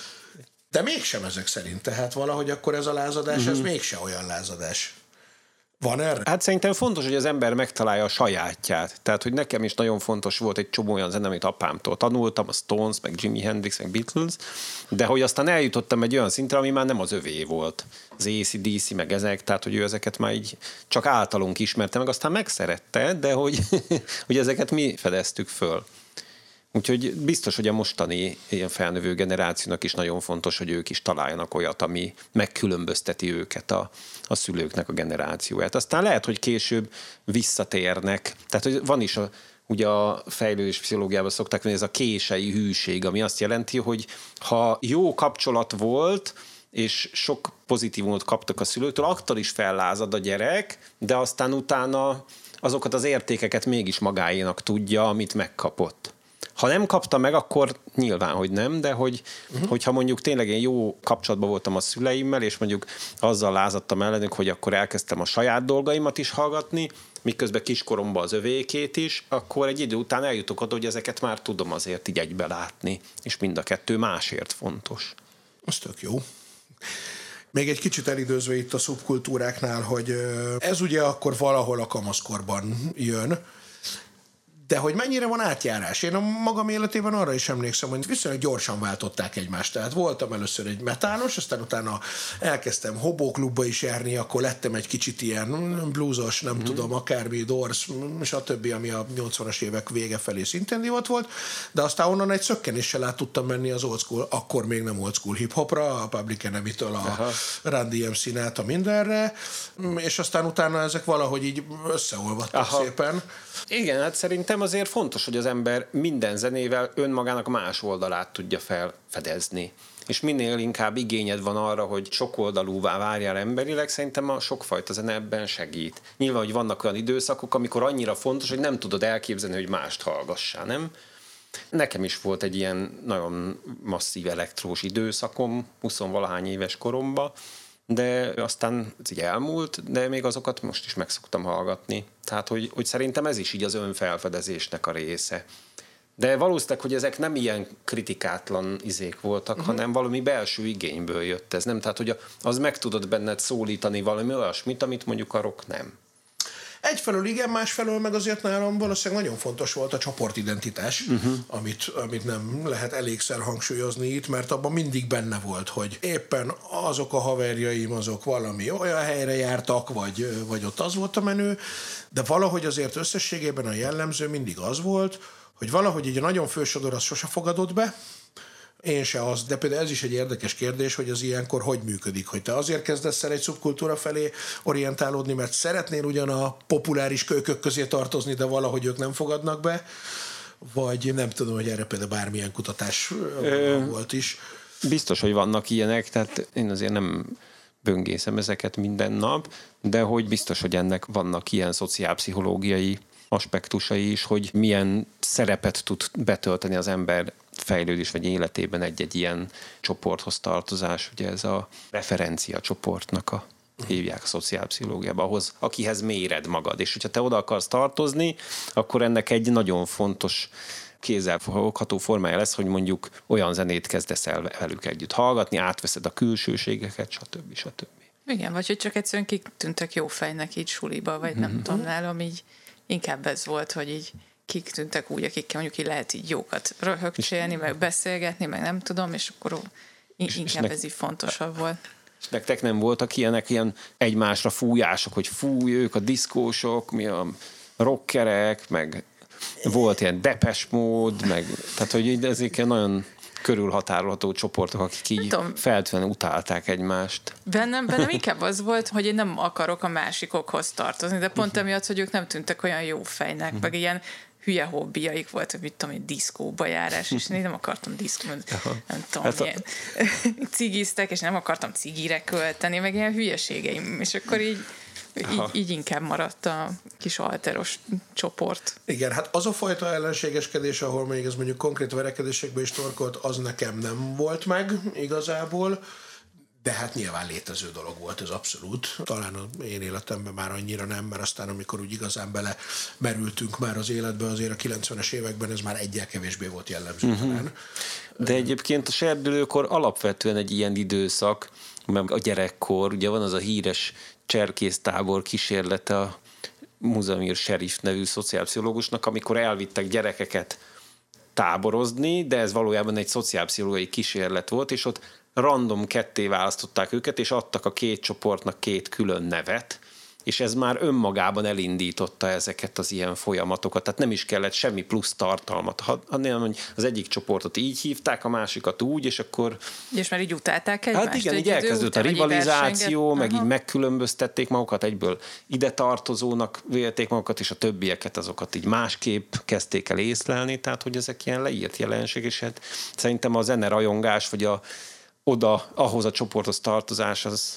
De mégsem ezek szerint, tehát valahogy akkor ez a lázadás, ez mégse olyan lázadás. Van erre? Hát szerintem fontos, hogy az ember megtalálja a sajátját. Tehát, hogy nekem is nagyon fontos volt egy csomó olyan zene, amit apámtól tanultam, a Stones, meg Jimi Hendrix, meg Beatles, de hogy aztán eljutottam egy olyan szintre, ami már nem az övé volt. Az AC/DC, meg ezek, tehát, hogy ő ezeket már így csak általunk ismerte, meg aztán megszerette, de hogy ezeket mi fedeztük föl. Úgyhogy biztos, hogy a mostani ilyen felnövő generációnak is nagyon fontos, hogy ők is találjanak olyat, ami megkülönbözteti őket a szülőknek a generációját. Aztán lehet, hogy később visszatérnek. Tehát, hogy van is ugye a fejlődés pszichológiában szokták venni ez a kései hűség, ami azt jelenti, hogy ha jó kapcsolat volt, és sok pozitívumot kaptak a szülőtől, akkor is fellázad a gyerek, de aztán utána azokat az értékeket mégis magáénak tudja, amit megkapott. Ha nem kapta meg, akkor nyilván, hogy nem, de hogyha mondjuk tényleg én jó kapcsolatban voltam a szüleimmel, és mondjuk azzal lázadtam ellenük, hogy akkor elkezdtem a saját dolgaimat is hallgatni, miközben kiskoromban az övékét is, akkor egy idő után eljutok oda, hogy ezeket már tudom azért így egybe látni, és mind a kettő másért fontos. Ez tök jó. Még egy kicsit elidőzve itt a szubkultúráknál, hogy ez ugye akkor valahol a kamaszkorban jön, de hogy mennyire van átjárás? Én a magam életében arra is emlékszem, hogy viszonylag gyorsan váltották egymást. Tehát voltam először egy metálos, aztán utána elkezdtem hobóklubba is járni, akkor lettem egy kicsit ilyen bluesos, nem tudom, akármi, Doors, stb., ami a 80-as évek vége felé szintén divat volt, de aztán onnan egy szökkenéssel át tudtam menni az old school, akkor még nem old school hip-hopra, a Public Enemy-től a Run DMC-n át a mindenre, és aztán utána ezek valahogy így összeolvadtak szépen. Igen, hát szerintem azért fontos, hogy az ember minden zenével önmagának más oldalát tudja felfedezni. És minél inkább igényed van arra, hogy sokoldalúvá várjál emberileg, szerintem a sokfajta zene ebben segít. Nyilván, hogy vannak olyan időszakok, amikor annyira fontos, hogy nem tudod elképzelni, hogy mást hallgassál, nem? Nekem is volt egy ilyen nagyon masszív elektrós időszakom, 20-valahány éves koromban, de aztán ez így elmúlt, de még azokat most is meg szoktam hallgatni. Tehát, hogy szerintem ez is így az önfelfedezésnek a része. De valószínűleg, hogy ezek nem ilyen kritikátlan izék voltak, hanem valami belső igényből jött ez, nem? Tehát, hogy az meg tudod benned szólítani valami olyasmit, amit mondjuk a rock nem. Egyfelől igen, másfelől meg azért nálam valószínűleg nagyon fontos volt a csoportidentitás, amit nem lehet elégszer hangsúlyozni itt, mert abban mindig benne volt, hogy éppen azok a haverjaim, azok valami olyan helyre jártak, vagy ott az volt a menő, de valahogy azért összességében a jellemző mindig az volt, hogy valahogy egy nagyon fősodor az sose fogadott be, én se az, de például ez is egy érdekes kérdés, hogy az ilyenkor hogy működik, hogy te azért kezdesz el egy szubkultúra felé orientálódni, mert szeretnél ugyan a populáris kölykök közé tartozni, de valahogy ők nem fogadnak be, vagy nem tudom, hogy erre például bármilyen kutatás volt is. Biztos, hogy vannak ilyenek, tehát én azért nem böngészem ezeket minden nap, de hogy biztos, hogy ennek vannak ilyen szociálpszichológiai aspektusai is, hogy milyen szerepet tud betölteni az ember fejlődés vagy életében egy ilyen csoporthoz tartozás, ugye ez a referencia csoportnak a hívják a szociálpszichológiában, ahhoz, akihez méred magad. És hogyha te oda akarsz tartozni, akkor ennek egy nagyon fontos kézzelfogható formája lesz, hogy mondjuk olyan zenét kezdesz el velük együtt hallgatni, átveszed a külsőségeket, stb. Igen, vagy hogy csak egyszerűen kik tűntek jó fejnek így suliba, vagy nem tudom, nálam így inkább ez volt, hogy így kik tűntek úgy, akikkel mondjuk így lehet így jókat röhögcsélni, meg beszélgetni, meg nem tudom, és akkor inkább ez így fontosabb volt. És nektek nem voltak ilyen egymásra fújások, hogy fúj, ők a diszkósok, mi a rockerek, meg volt ilyen Depeche Mode, meg, tehát hogy ezek nagyon körülhatárolható csoportok, akik így feltűnően utálták egymást. Bennem inkább az volt, hogy én nem akarok a másikokhoz tartozni, de pont emiatt, hogy ők nem tűntek olyan jó fejnek, meg ilyen hülye hobbiaik voltak, mit tudom, egy diszkóba járás, és én nem akartam diszkóba, nem tudom, ilyen cigiztek, és nem akartam cigire költeni, meg ilyen hülyeségeim, és akkor így inkább maradt a kis alteros csoport. Igen, hát az a fajta ellenségeskedés, ahol még ez mondjuk konkrét verekedésekbe is torkolt, az nekem nem volt meg igazából, de hát nyilván létező dolog volt ez abszolút. Talán az én életemben már annyira nem, mert aztán amikor úgy igazán bele merültünk már az életbe, azért a 90-es években ez már egyel kevésbé volt jellemző talán. De egyébként a serdülőkor alapvetően egy ilyen időszak, mert a gyerekkor, ugye van az a híres cserkésztábor kísérlete a Muzamir Sherif nevű szociálpszichológusnak, amikor elvittek gyerekeket táborozni, de ez valójában egy szociálpszichológiai kísérlet volt, és ott random ketté választották őket, és adtak a két csoportnak két külön nevet, és ez már önmagában elindította ezeket az ilyen folyamatokat, tehát nem is kellett semmi plusz tartalmat, hanem hogy az egyik csoportot így hívták, a másikat úgy, és akkor... És már így utálták egymást? Hát igen, így elkezdődött a rivalizáció, meg így megkülönböztették magukat, egyből ide tartozónak vélték magukat, és a többieket azokat így másképp kezdték el észlelni, tehát hogy ezek ilyen leírt jelenség, és hát szerintem a zenerajongás, vagy ahhoz a csoporthoz tartozás, az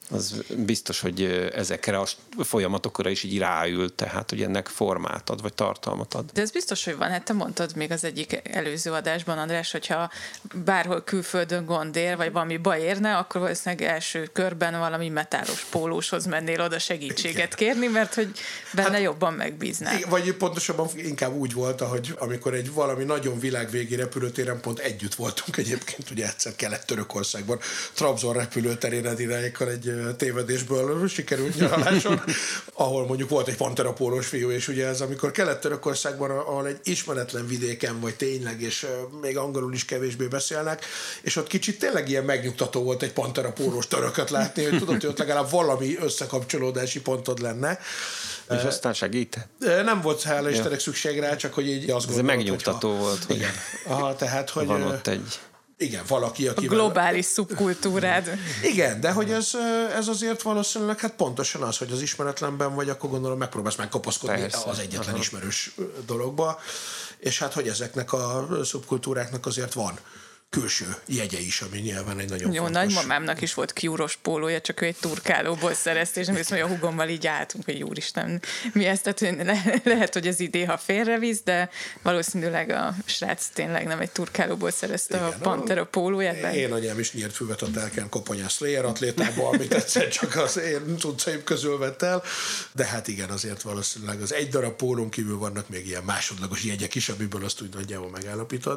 az biztos, hogy ezekre a folyamatokra is így ráül, tehát hogy ennek formát ad, vagy tartalmat ad. De ez biztos, hogy van. Hát te mondtad még az egyik előző adásban, András, hogyha bárhol külföldön gond ér, vagy valami baj érne, akkor valószínűleg első körben valami metálos pólóshoz mennél oda segítséget kérni, mert hogy benne jobban megbíznál. Vagy pontosabban inkább úgy volt, ahogy amikor egy valami nagyon világvégi repülőtéren pont együtt voltunk egyébként, ugye egyszer Kelet-Törökországban, Trabzon repülőterén Ediráékkal egy tévedésből sikerült nyaraláson, ahol mondjuk volt egy panterapólós fiú, és ugye ez amikor Kelet-Törökországban, ahol egy ismeretlen vidéken vagy tényleg, és még angolul is kevésbé beszélnek, és ott kicsit tényleg ilyen megnyugtató volt egy panterapólós törököt látni, hogy tudod, hogy ott legalább valami összekapcsolódási pontod lenne. És aztán segít? Nem volt, hála Istennek szükség rá, csak hogy így azt gondolod, megnyugtató volt, hogy igen. Aha, tehát, hogy van ott egy... Igen, valaki, akivel... A globális szubkultúrád. Igen, de hogy ez azért valószínűleg hát pontosan az, hogy az ismeretlenben vagy, akkor gondolom megpróbálsz megkapaszkodni Persze. az egyetlen ismerős dologba, és hát hogy ezeknek a szubkultúráknak azért van külső jegye is, ami nyilván egy nagyon fontos. Nagymamámnak is volt kiúros pólója, csak ő egy turkálóból szerezte, és nem hiszem, hogy a hugommal így álltunk, hogy úristen, mi ez? Tehát lehet, hogy ez idé, ha félrevisz, de valószínűleg a srác tényleg nem egy turkálóból szerezte a Pantera pólóját. Én anyám is nyírt füvet a telken koponyás Slayer atlétából, amit egyszer csak az én tudcaim közül vett el, de hát igen, azért valószínűleg az egy darab pólón kívül vannak még ilyen másodlagos jegyek is, amiből azt úgy nagyjából megállapítod.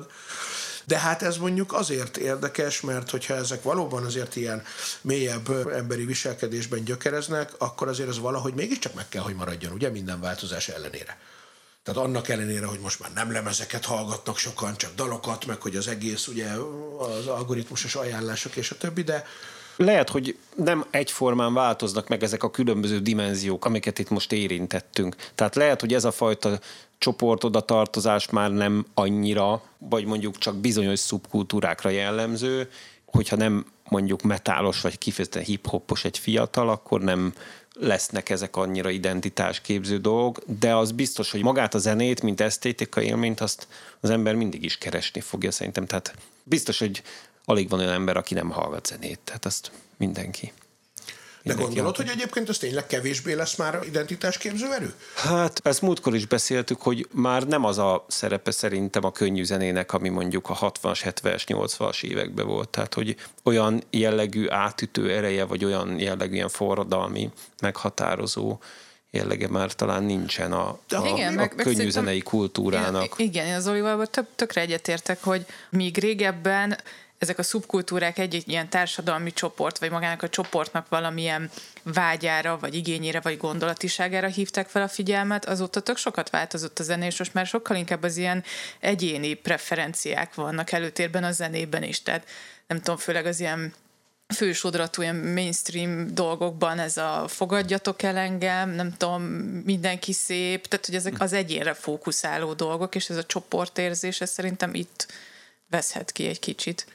De hát ez mondjuk azért érdekes, mert hogyha ezek valóban azért ilyen mélyebb emberi viselkedésben gyökereznek, akkor azért ez valahogy mégiscsak meg kell, hogy maradjon, ugye, minden változás ellenére. Tehát annak ellenére, hogy most már nem lemezeket hallgatnak sokan, csak dalokat, meg hogy az egész ugye az algoritmusos ajánlások és a többi, de lehet, hogy nem egyformán változnak meg ezek a különböző dimenziók, amiket itt most érintettünk. Tehát lehet, hogy ez a fajta csoportodatartozás már nem annyira, vagy mondjuk csak bizonyos szubkultúrákra jellemző, hogyha nem mondjuk metálos, vagy kifejezetten hip-hopos egy fiatal, akkor nem lesznek ezek annyira identitásképző dolgok, de az biztos, hogy magát a zenét, mint esztétikai élményt, azt az ember mindig is keresni fogja szerintem. Tehát biztos, hogy alig van olyan ember, aki nem hallgat zenét, tehát azt mindenki. De gondolod, hogy egyébként ez tényleg kevésbé lesz már identitásképző erő? Hát ezt múltkor is beszéltük, hogy már nem az a szerepe szerintem a könnyű zenének, ami mondjuk a 60-as, 70-es, 80-as években volt. Tehát, hogy olyan jellegű átütő ereje, vagy olyan jellegű ilyen forradalmi, meghatározó jellege már talán nincsen a könnyű zenei kultúrának. Igen, én az Olival tökre egyetértek, hogy míg régebben ezek a szubkultúrák egy ilyen társadalmi csoport, vagy magának a csoportnak valamilyen vágyára, vagy igényére, vagy gondolatiságára hívták fel a figyelmet, azóta tök sokat változott a zene, és most már sokkal inkább az ilyen egyéni preferenciák vannak előtérben a zenében is. Tehát nem tudom, főleg az ilyen fősodratú, ilyen mainstream dolgokban ez a fogadjatok el engem, nem tudom, mindenki szép, tehát hogy ezek az egyénre fókuszáló dolgok, és ez a csoportérzés, ez szerintem itt veszhet ki egy kicsit.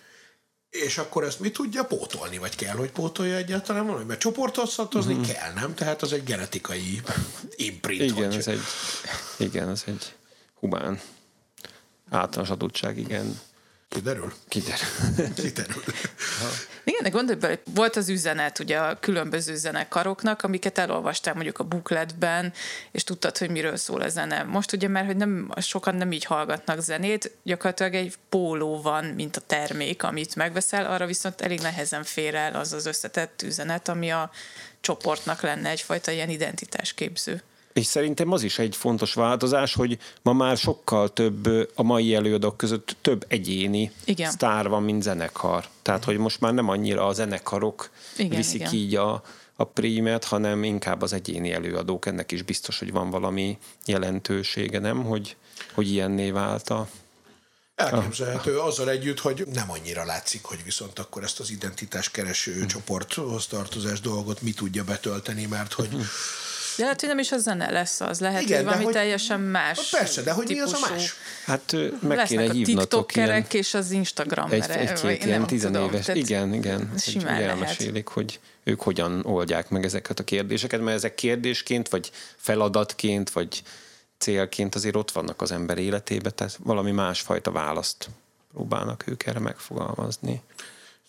És akkor ezt mi tudja pótolni, vagy kell, hogy pótolja egyáltalán valami? Mert csoporthoz tartozni kell, nem? Tehát az egy genetikai imprint. Igen, ez egy humán általános adottság, igen. Kiderül? Kiderül. Igen, de gondolj bele, volt az üzenet ugye a különböző zenekaroknak, amiket elolvastál mondjuk a bookletben, és tudtad, hogy miről szól a zene. Most ugye már, hogy sokan nem így hallgatnak zenét, gyakorlatilag egy póló van, mint a termék, amit megveszel, arra viszont elég nehezen fér el az az összetett üzenet, ami a csoportnak lenne egyfajta ilyen identitásképző. És szerintem az is egy fontos változás, hogy ma már sokkal több a mai előadók között több egyéni sztár van, mint zenekar. Tehát, hogy most már nem annyira a zenekarok viszik így a prímet, hanem inkább az egyéni előadók. Ennek is biztos, hogy van valami jelentősége, nem? Hogy ilyenné vált a... Elképzelhető azzal együtt, hogy nem annyira látszik, hogy viszont akkor ezt az identitáskereső csoporthoz tartozás dolgot mi tudja betölteni, mert hogy de lehet, hogy nem is a zene lesz az. Lehet, igen, hogy valami teljesen más. Persze, de hogy mi az a más? Hát meg kéne hívnatok a tiktokerek és az instagramerek. Egy-két ilyen 10 éves. Igen. Simán lehet. Elmesélik, hogy ők hogyan oldják meg ezeket a kérdéseket, mert ezek kérdésként, vagy feladatként, vagy célként azért ott vannak az ember életében, tehát valami másfajta választ próbálnak ők erre megfogalmazni.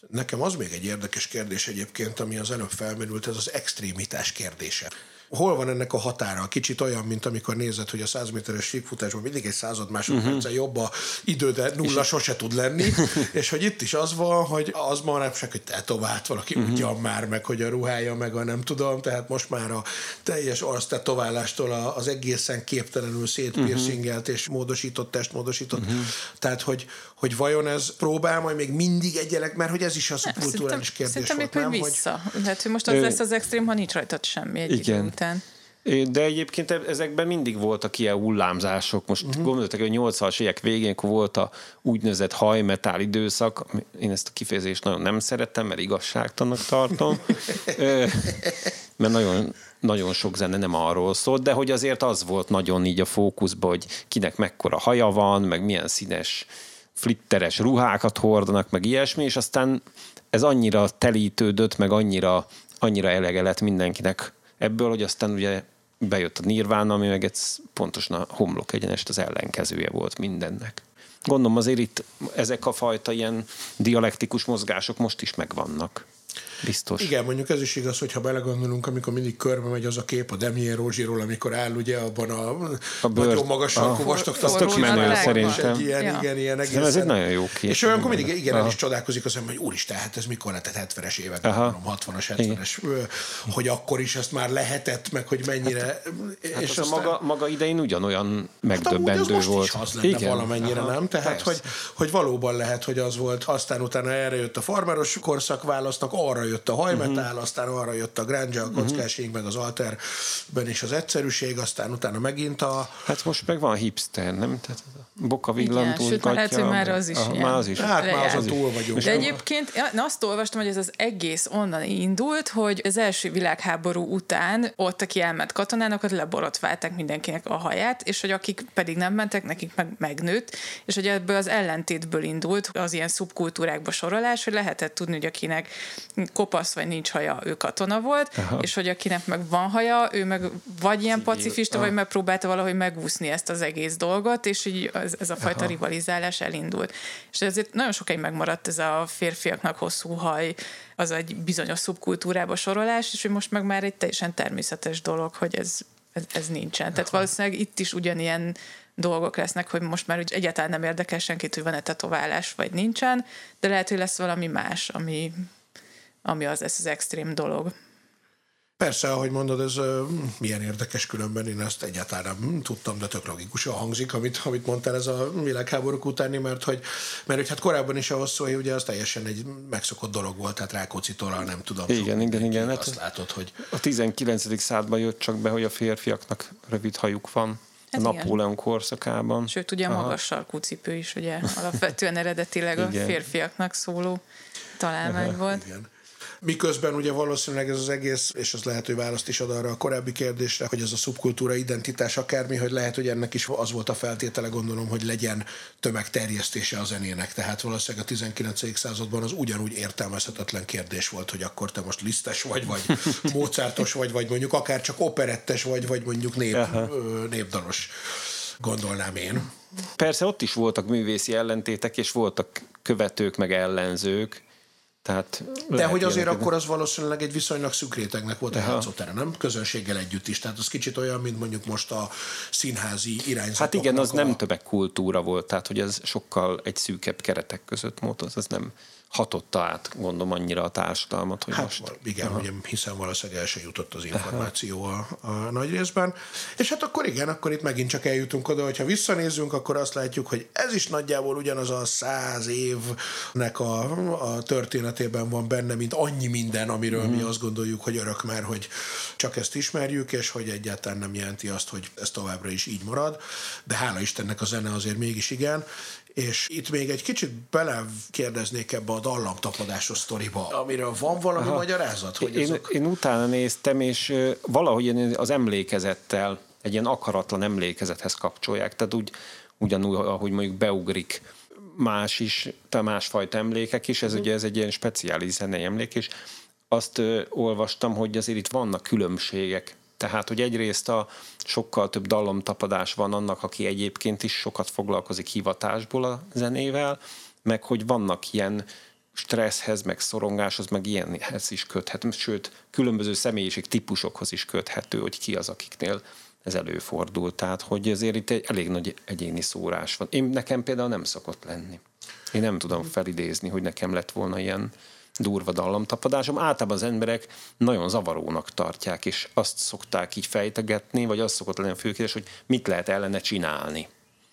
Nekem az még egy érdekes kérdés egyébként, ami az előbb felmerült, ez az extrémitás kérdése. Hol van ennek a határa? Kicsit olyan, mint amikor nézed, hogy a 100 méteres síkfutásban mindig egy 100 másodperccel jobb a idő, de nulla sose tud lenni, és hogy itt is az van, hogy az manapság, hogy tetovált valaki ugyan már meg, hogy a ruhája meg a nem tudom, tehát most már a teljes arctetoválástól az egészen képtelenül szétpiercingelt és módosított, testmódosított. Tehát, hogy vajon ez próbál majd még mindig egyelek, mert hogy ez is a szubkulturális kérdés volt, nem? Vissza. Tehát, hogy most az lesz az extrém, ha nincs rajtad semmi egy idő után. De egyébként ezekben mindig voltak ilyen hullámzások. Most gondoltak, hogy a 80-as évek végén, akkor volt a úgynevezett hajmetál időszak. Én ezt a kifejezést nagyon nem szeretem, mert igazságtalannak tartom. Mert nagyon, nagyon sok zene nem arról szólt, de hogy azért az volt nagyon így a fókuszban, hogy kinek mekkora haja van, meg milyen színes flitteres ruhákat hordanak, meg ilyesmi, és aztán ez annyira telítődött, meg annyira elege lett mindenkinek ebből, hogy aztán ugye bejött a Nirvana, ami meg pontosan a homlok egyenest az ellenkezője volt mindennek. Gondolom azért itt ezek a fajta ilyen dialektikus mozgások most is megvannak. Biztos. Igen, mondjuk ez is igaz, hogyha belegondolunk, amikor mindig körbe megy az a kép a Demjén Rózsiról, amikor áll ugye abban a nagyon magas sarkú vastag tök menő szerintem. Igen, egészen. Ez egy nagyon jó kép. És olyankor mindig el is csodálkozik az ember, hogy úristen, hát ez mikor lehetett 70-es években, 60-as, 70-es, hogy akkor is ezt már lehetett, meg hogy mennyire. Hát és az aztán, maga idején ugyanolyan megdöbbentő hát volt. Is az lenne valamennyire, nem? Tehát, hogy valóban lehet, hogy az volt. Aztán utána erre jött a farmeros korszakválasztnak, arra jött a hajmetál, aztán arra jött a grunge, a kockáség, meg az alterben is az egyszerűség, aztán utána megint a... Hát most meg van hipster, nem? Tehát a boka villantó. Sőt, lehet, hogy már az is ilyen. Már az is. Hát már azon túl vagyunk. De egyébként azt olvastam, hogy ez az egész onnan indult, hogy az első világháború után ott, aki elment katonának, ott leborotválták mindenkinek a haját, és hogy akik pedig nem mentek, nekik meg megnőtt, és hogy ebből az ellentétből indult az ilyen szubkultúrákba sorolás, hogy lehetett tudni, hogy akinek kopasz vagy nincs haja, ő katona volt, és hogy akinek meg van haja, ő meg vagy ilyen pacifista, vagy megpróbálta valahogy megúszni ezt az egész dolgot, és így ez a fajta rivalizálás elindult. És ezért nagyon sokáig megmaradt ez a férfiaknak hosszú haj, az egy bizonyos szubkultúrába sorolás, és hogy most meg már egy teljesen természetes dolog, hogy ez nincsen. Tehát valószínűleg itt is ugyanilyen dolgok lesznek, hogy most már egyáltalán nem érdekel senkit, hogy van-e tetoválás, vagy nincsen, de lehet, hogy lesz valami más, ami ez az extrém dolog. Persze, ahogy mondod, ez milyen érdekes, különben én ezt egyáltalán nem tudtam, de tök logikusan hangzik, amit mondtál ez a világháborúk utáni, mert hogy hát korábban is ahhoz szól, hogy ugye az teljesen egy megszokott dolog volt, tehát Rákóczitól nem tudom. Igen. Azt látod, hogy... A 19. században jött csak be, hogy a férfiaknak rövid hajuk van. Hát a Napóleon korszakában. Sőt, ugye a magas sarkú cipő is ugye alapvetően eredetileg a férfiaknak szóló találmány volt. Igen. Miközben ugye valószínűleg ez az egész, és az lehet, hogy választ is ad arra a korábbi kérdésre, hogy ez a szubkultúra identitás akármi, hogy lehet, hogy ennek is az volt a feltétele, gondolom, hogy legyen tömegterjesztése a zenének. Tehát valószínűleg a 19. században az ugyanúgy értelmezhetetlen kérdés volt, hogy akkor te most Lisztes vagy Mozartos vagy mondjuk akár csak operettes vagy mondjuk népdalos, gondolnám én. Persze ott is voltak művészi ellentétek, és voltak követők meg ellenzők. De hogy azért akkor az valószínűleg egy viszonylag szűk rétegnek volt a játszótere, nem? Közönséggel együtt is. Tehát az kicsit olyan, mint mondjuk most a színházi irányzatok. Hát igen, az nem tömegkultúra volt, tehát hogy ez sokkal egy szűkebb keretek között volt, az nem hatotta át, gondolom, annyira a társadalmat, hogy most... Igen, ugye, hiszen valószínűleg el se jutott az információ a nagy részben. És hát akkor igen, akkor itt megint csak eljutunk oda, hogyha visszanézzünk, akkor azt látjuk, hogy ez is nagyjából ugyanaz a 100 évnek a történetében van benne, mint annyi minden, amiről mi azt gondoljuk, hogy örök már, hogy csak ezt ismerjük, és hogy egyáltalán nem jelenti azt, hogy ez továbbra is így marad. De hála Istennek a zene azért mégis igen. És itt még egy kicsit belekérdeznék ebbe a dallamtapadásos sztoriba, amiről van valami magyarázat? Hogy én utána néztem, és valahogy az emlékezettel, egy ilyen akaratlan emlékezethez kapcsolják. Tehát ugyanúgy, ahogy mondjuk beugrik más is, másfajta emlékek is, ez ugye ez egy ilyen speciális zenei emlék, és azt olvastam, hogy azért itt vannak különbségek. Tehát, hogy egyrészt sokkal több dallamtapadás van annak, aki egyébként is sokat foglalkozik hivatásból a zenével, meg hogy vannak ilyen stresszhez, meg szorongáshoz, meg ilyenhez is köthető, sőt, különböző személyiség típusokhoz is köthető, hogy ki az, akiknél ez előfordul. Tehát, hogy azért itt egy elég nagy egyéni szórás van. Nekem például nem szokott lenni. Én nem tudom felidézni, hogy nekem lett volna ilyen durva dallamtapadásom. Általában az emberek nagyon zavarónak tartják, és azt szokták így fejtegetni, vagy az szokott lenni a főkérdés, hogy mit lehet ellene csinálni.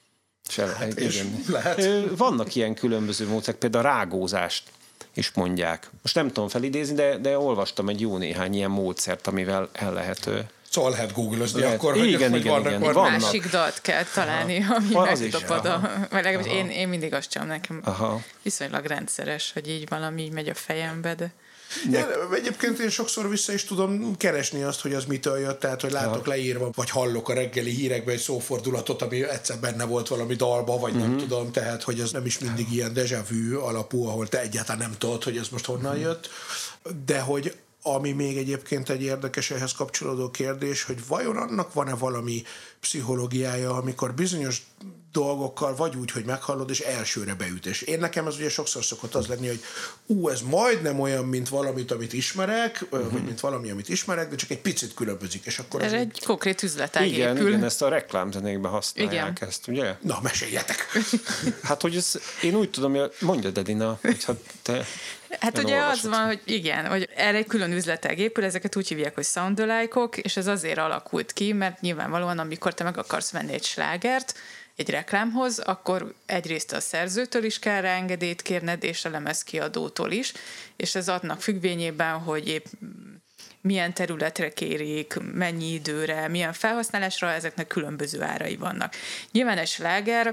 Vannak ilyen különböző módszerek, például a rágózást is mondják. Most nem tudom felidézni, de olvastam egy jó néhány ilyen módszert, amivel el lehet... Szóval lehet google-özni akkor, igen, vannak. Másik dalt kell találni, ami megdobod vagy legalábbis én mindig azt csinálom, nekem viszonylag rendszeres, hogy így valami így megy a fejembe, de... Egyébként én sokszor vissza is tudom keresni azt, hogy az mitől jött, tehát hogy látok leírva, vagy hallok a reggeli hírekben egy szófordulatot, ami egyszer benne volt valami dalba, vagy nem tudom, tehát hogy ez nem is mindig ilyen déjà vu alapú, ahol te egyáltalán nem tudod, hogy ez most honnan jött, de hogy ami még egyébként egy érdekes ehhez kapcsolódó kérdés, hogy vajon annak van-e valami pszichológiája, amikor bizonyos dolgokkal vagy úgy, hogy meghallod, és elsőre beüt. És én nekem ez ugye sokszor szokott az lenni, hogy ez majdnem olyan, mint valamit, amit ismerek, vagy mint valami, amit ismerek, de csak egy picit különbözik. És akkor ez egy konkrét üzletág épül. Igen, ezt a reklámzenékben használják ezt, ugye? Na, meséljetek! Hát, hogy én úgy tudom, hogy mondjad, Edina, hogyha te... Hát ugye az van, hogy igen, hogy erre egy külön üzletág épül, ezeket úgy hívják, hogy sound-alike-ok, és ez azért alakult ki, mert nyilvánvalóan, amikor te meg akarsz venni egy slágert, egy reklámhoz, akkor egyrészt a szerzőtől is kell rá engedélyt kérned, és a lemezkiadótól is, és ez adnak függvényében, hogy épp milyen területre kérik, mennyi időre, milyen felhasználásra, ezeknek különböző árai vannak. Nyilván egy sláger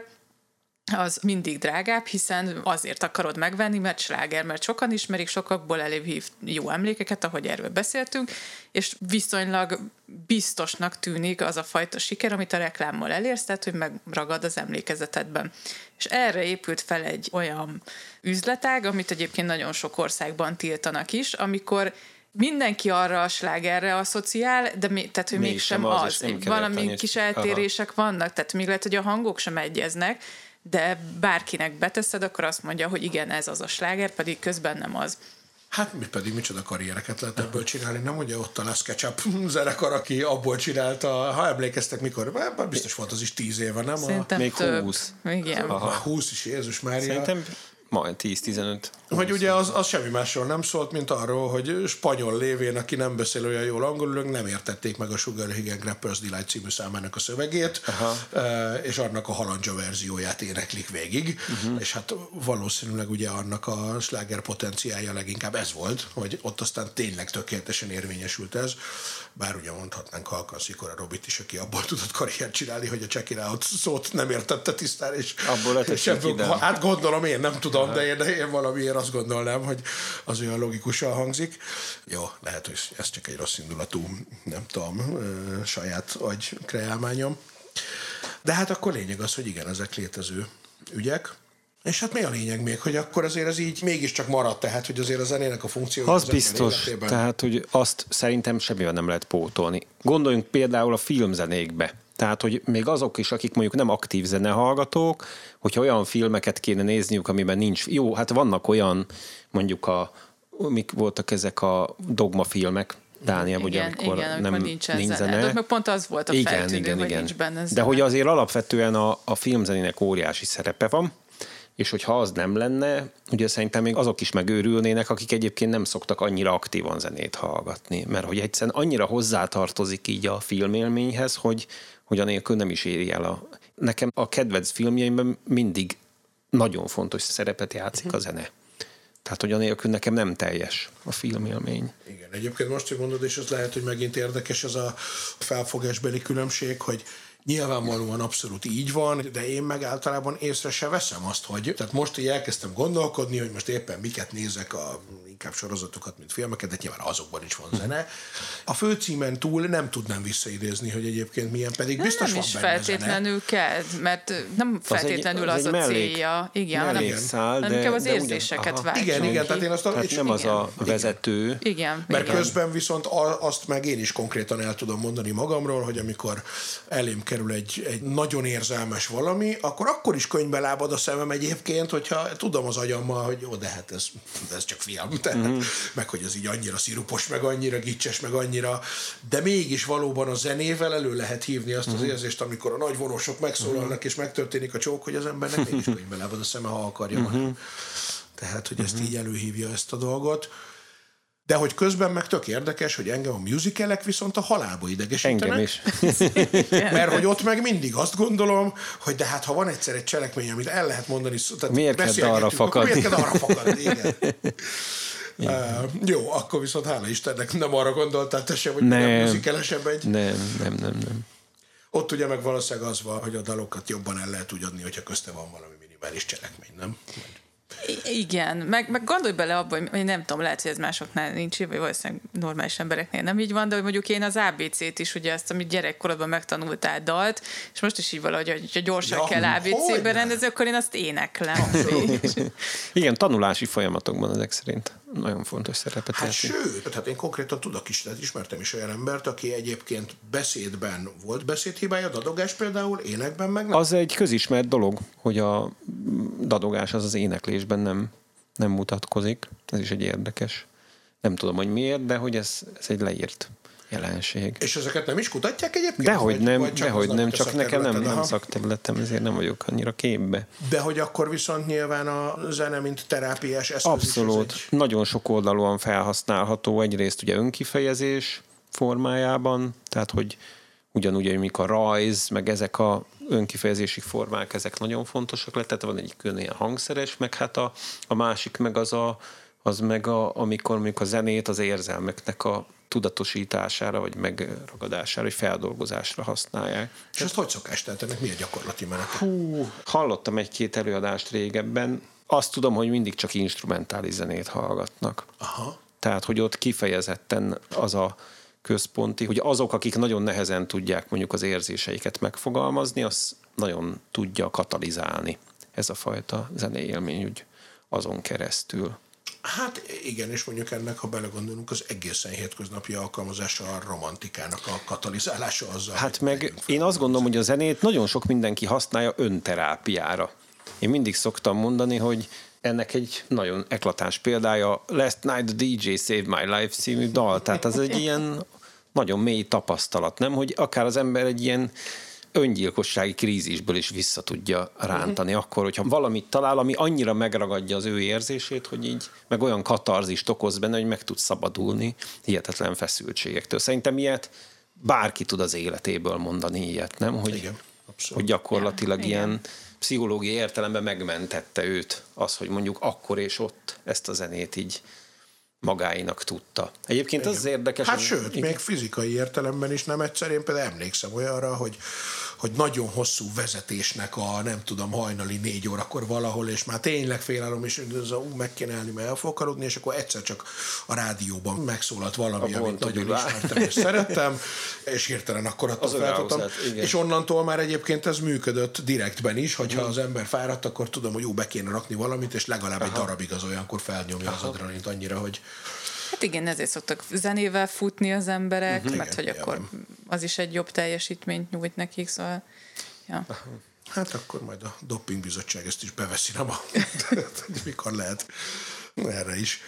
az mindig drágább, hiszen azért akarod megvenni, mert sláger, mert sokan ismerik, sokakból előhív jó emlékeket, ahogy erről beszéltünk, és viszonylag biztosnak tűnik az a fajta siker, amit a reklámmal elérsz, tehát hogy megragad az emlékezetedben. És erre épült fel egy olyan üzletág, amit egyébként nagyon sok országban tiltanak is, amikor mindenki arra a slágerre asszociál, de tehát, hogy mégsem az. Valami kis eltérések vannak, tehát még lehet, hogy a hangok sem egyeznek, de bárkinek beteszed, akkor azt mondja, hogy igen, ez az a sláger, pedig közben nem az. Hát pedig micsoda karriereket lehet ebből csinálni, nem ugye ott a Last Ketchup zenekar, aki abból csinálta, ha emlékeztek mikor, biztos volt az is 10 éve, nem? Szerintem még több. 20. Igen. 20 is, Jézus Mária. Szerintem majd 10-15. Hogy ugye az semmi másról nem szólt, mint arról, hogy spanyol lévén, aki nem beszél olyan jól angolul, nem értették meg a Sugar Hill Gang Rapper's Delight című számának a szövegét, és annak a halandzsa verzióját éneklik végig, és hát valószínűleg ugye annak a sláger potenciálja leginkább ez volt, hogy ott aztán tényleg tökéletesen érvényesült ez, bár ugye mondhatnánk Halkan Szikora Robit is, aki abból tudott karriert csinálni, hogy a Check It Out szót nem értette tisztán, és hát gondolom, én nem tudom, de én valamiért azt gondolnám, hogy az olyan logikusan hangzik. Jó, lehet, hogy ez csak egy rossz indulatú, nem tudom, saját agy kreálmányom. De hát akkor lényeg az, hogy igen, ezek létező ügyek. És hát mi a lényeg még, hogy akkor azért ez így mégiscsak maradt, tehát hogy azért a zenének a funkciója az biztos, életében. Tehát hogy azt szerintem semmivel nem lehet pótolni. Gondoljunk például a filmzenékbe. Tehát, hogy még azok is, akik mondjuk nem aktív zenehallgatók, hogyha olyan filmeket kéne nézniük, amiben nincs... Jó, hát vannak olyan, mondjuk mik voltak ezek a dogma filmek, Dániel, ugye, amikor nem nincs zene. De meg pont az volt a feltűnő, hogy nincs benne zene. De hogy azért alapvetően a filmzenének óriási szerepe van, és hogyha az nem lenne, ugye szerintem még azok is megőrülnének, akik egyébként nem szoktak annyira aktívan zenét hallgatni, mert hogy egyszerűen annyira hozzátartozik így a filmélményhez, hogy anélkül nem is éri el. Nekem a kedvenc filmjeimben mindig nagyon fontos szerepet játszik a zene. Tehát, hogy anélkül nekem nem teljes a filmélmény. Igen, egyébként most, hogy mondod, és ez lehet, hogy megint érdekes ez a felfogásbeli különbség, hogy nyilvánvalóan abszolút így van, de én meg általában észre se veszem azt, hogy... Tehát most így elkezdtem gondolkodni, hogy most éppen miket nézek a inkább sorozatokat, mint filmeket, de nyilván azokban is van zene. A főcímen túl nem tudnám visszaidézni, hogy egyébként milyen, pedig biztos nem van is benne feltétlenül kell, mert nem feltétlenül az a célja. Igen, mellékszál, hanem inkább az érzéseket váltson igen, ki. tehát én azt tehát nem az a vezető. Igen. Mert közben viszont azt meg én is konkrétan el tudom mondani magamról, hogy amikor elém kerül egy nagyon érzelmes valami, akkor is könyvbe lábad a szemem egyébként, hogyha tudom az agyammal, hogy jó, de hát ez csak film, tehát, meg hogy ez így annyira szirupos, meg annyira gicses, meg annyira, de mégis valóban a zenével elő lehet hívni azt az érzést, amikor a nagy vonósok megszólalnak, és megtörténik a csók, hogy az embernek mégis könyvbe lábad a szeme, ha akarja. Tehát, hogy ezt így előhívja ezt a dolgot. De hogy közben meg tök érdekes, hogy engem a musicalek viszont a halálba idegesítenek. Engem is. Mert hogy ott meg mindig azt gondolom, hogy de hát ha van egyszer egy cselekmény, amit el lehet mondani, tehát miért kell arra fakadni? Miért kell arra fakadni, igen. Jó, akkor viszont hála Istennek nem arra gondoltál te sem, hogy nem musicalesebb egy. Nem. Ott ugye meg valószínűleg az van, hogy a dalokat jobban el lehet úgy adni, hogyha közte van valami minimális cselekmény, nem? Igen, meg gondolj bele abba, hogy nem tudom, lehet, hogy ez másoknál nincs, vagy valószínűleg normális embereknél nem így van, de hogy mondjuk én az ABC-t is, ugye azt, amit gyerekkorodban megtanultál dalt, és most is így valahogy, hogyha gyorsan kell ABC-ben rendezni, akkor én azt éneklem. Igen, tanulási folyamatokban ezek szerint nagyon fontos szerepet játszik. Sőt, tehát én konkrétan tudok is, tehát ismertem is olyan embert, aki egyébként beszédben volt beszédhibája, dadogás például, énekben meg nem. Az egy közismert dolog, hogy a dadogás az éneklésben nem mutatkozik. Ez is egy érdekes. Nem tudom, hogy miért, de hogy ez egy leírt jelenség. És ezeket nem is kutatják egyébként? Dehogy nem, csak nekem nem szakterületem, ezért nem vagyok annyira képbe. De hogy akkor viszont nyilván a zene, mint terápiás eszköz. Abszolút. Nagyon sok oldalúan felhasználható. Egyrészt ugye önkifejezés formájában, tehát hogy ugyanúgy, hogy mikor a rajz, meg ezek a önkifejezési formák, ezek nagyon fontosak lett, tehát van egy külön ilyen hangszeres, meg hát a másik meg amikor a zenét az érzelmeknek a tudatosítására, vagy megragadására, vagy feldolgozásra használják. És ezt hogy szokás? Tehát ennek mi a gyakorlati menet? Hallottam egy-két előadást régebben. Azt tudom, hogy mindig csak instrumentális zenét hallgatnak. Aha. Tehát, hogy ott kifejezetten az a központi, hogy azok, akik nagyon nehezen tudják mondjuk az érzéseiket megfogalmazni, az nagyon tudja katalizálni ez a fajta zenei élmény úgy azon keresztül. Hát igen, és mondjuk ennek, ha belegondolunk, az egészen hétköznapi alkalmazása a romantikának a katalizálása azzal. Hát meg én azt gondolom, hogy a zenét nagyon sok mindenki használja önterápiára. Én mindig szoktam mondani, hogy ennek egy nagyon eklatáns példája Last Night the DJ Saved My Life című dal. Tehát az egy ilyen nagyon mély tapasztalat, nem? Hogy akár az ember egy ilyen öngyilkossági krízisből is vissza tudja rántani, akkor, hogyha valamit talál, ami annyira megragadja az ő érzését, hogy így meg olyan katarzist okoz benne, hogy meg tud szabadulni hihetetlen feszültségektől. Szerintem ilyet bárki tud az életéből mondani ilyet, nem? Hogy, igen, hogy gyakorlatilag ilyen pszichológiai értelemben megmentette őt az, hogy mondjuk akkor és ott ezt a zenét így magáinak tudta. Egyébként az érdekes... Hát sőt, még fizikai értelemben is nem egyszer. Én például emlékszem olyanra, hogy nagyon hosszú vezetésnek a nem tudom, hajnali 4 órakor valahol, és már tényleg félállom, és meg kéne állni, mert el fogok aludni, és akkor egyszer csak a rádióban megszólalt valami, amit nagyon ismertem, és szerettem, és hirtelen akkor attól feltudtam. És onnantól már egyébként ez működött direktben is, hogyha az ember fáradt, akkor tudom, hogy be kéne rakni valamit, és legalább egy darabig az olyankor felnyomja az adrenalint annyira, hogy... Hát igen, ezért szoktak zenével futni az emberek, mert igen, hogy akkor az is egy jobb teljesítményt nyújt nekik, szóval... Ja. Hát akkor majd a dopingbizottság ezt is beveszi, nem mikor lehet erre is.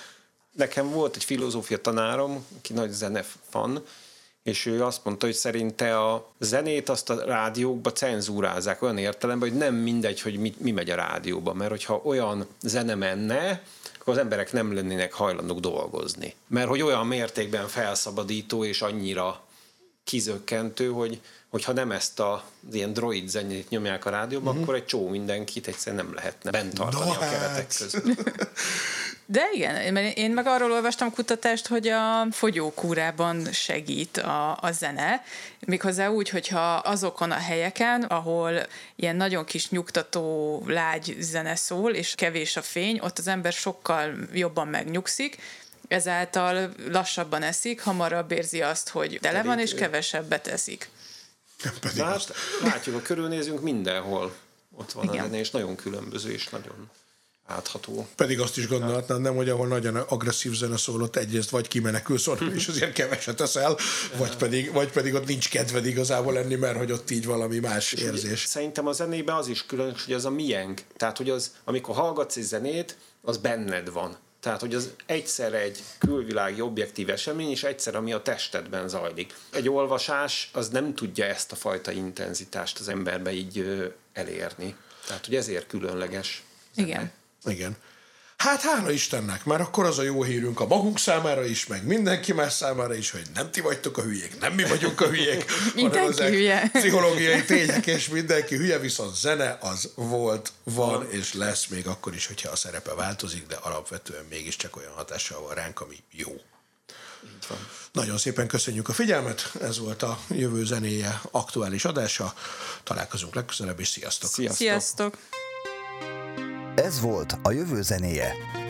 Nekem volt egy filozófia tanárom, aki nagy zenefan, és ő azt mondta, hogy szerinte a zenét azt a rádiókba cenzúrázzák olyan értelemben, hogy nem mindegy, hogy mi megy a rádióba, mert hogyha olyan zene menne, akkor az emberek nem lennének hajlandók dolgozni. Mert hogy olyan mértékben felszabadító és annyira kizökkentő, hogyha nem ezt az ilyen droid zenét nyomják a rádióban, akkor egy csó mindenkit egyszerűen nem lehetne bent tartani a keretek között. De igen, én meg arról olvastam kutatást, hogy a fogyókúrában segít a zene, méghozzá úgy, hogyha azokon a helyeken, ahol ilyen nagyon kis nyugtató, lágy zene szól, és kevés a fény, ott az ember sokkal jobban megnyugszik, ezáltal lassabban eszik, hamarabb érzi azt, hogy tele van, és kevesebbet eszik. Hát, látjuk, ha körülnézünk, mindenhol ott van igen. a zene, és nagyon különböző, és nagyon átható. Pedig azt is gondolhatnád, nem, hogy ahol nagyon agresszív zene szólott, egyrészt vagy kimenekülsz onnan, és azért keveset eszel, vagy pedig ott nincs kedved igazából lenni, mert hogy ott így valami más érzés. Szerintem a zenében az is különös, hogy az a miénk. Tehát, hogy az, amikor hallgatsz egy zenét, az benned van. Tehát, hogy az egyszer egy külvilági objektív esemény, és egyszer, ami a testedben zajlik. Egy olvasás, az nem tudja ezt a fajta intenzitást az emberbe így elérni. Tehát, hogy ezért különleges zene. Igen. Hát hála Istennek, mert akkor az a jó hírünk a magunk számára is, meg mindenki más számára is, hogy nem ti vagytok a hülyék, nem mi vagyunk a hülyék, hanem ezek hülye. Pszichológiai tények, és mindenki hülye, viszont zene az volt, van és lesz még akkor is, hogyha a szerepe változik, de alapvetően mégiscsak olyan hatással van ránk, ami jó. Így van. Nagyon szépen köszönjük a figyelmet, ez volt a Jövő zenéje aktuális adása. Találkozunk legközelebb, és sziasztok! Sziasztok! Ez volt a Jövő zenéje.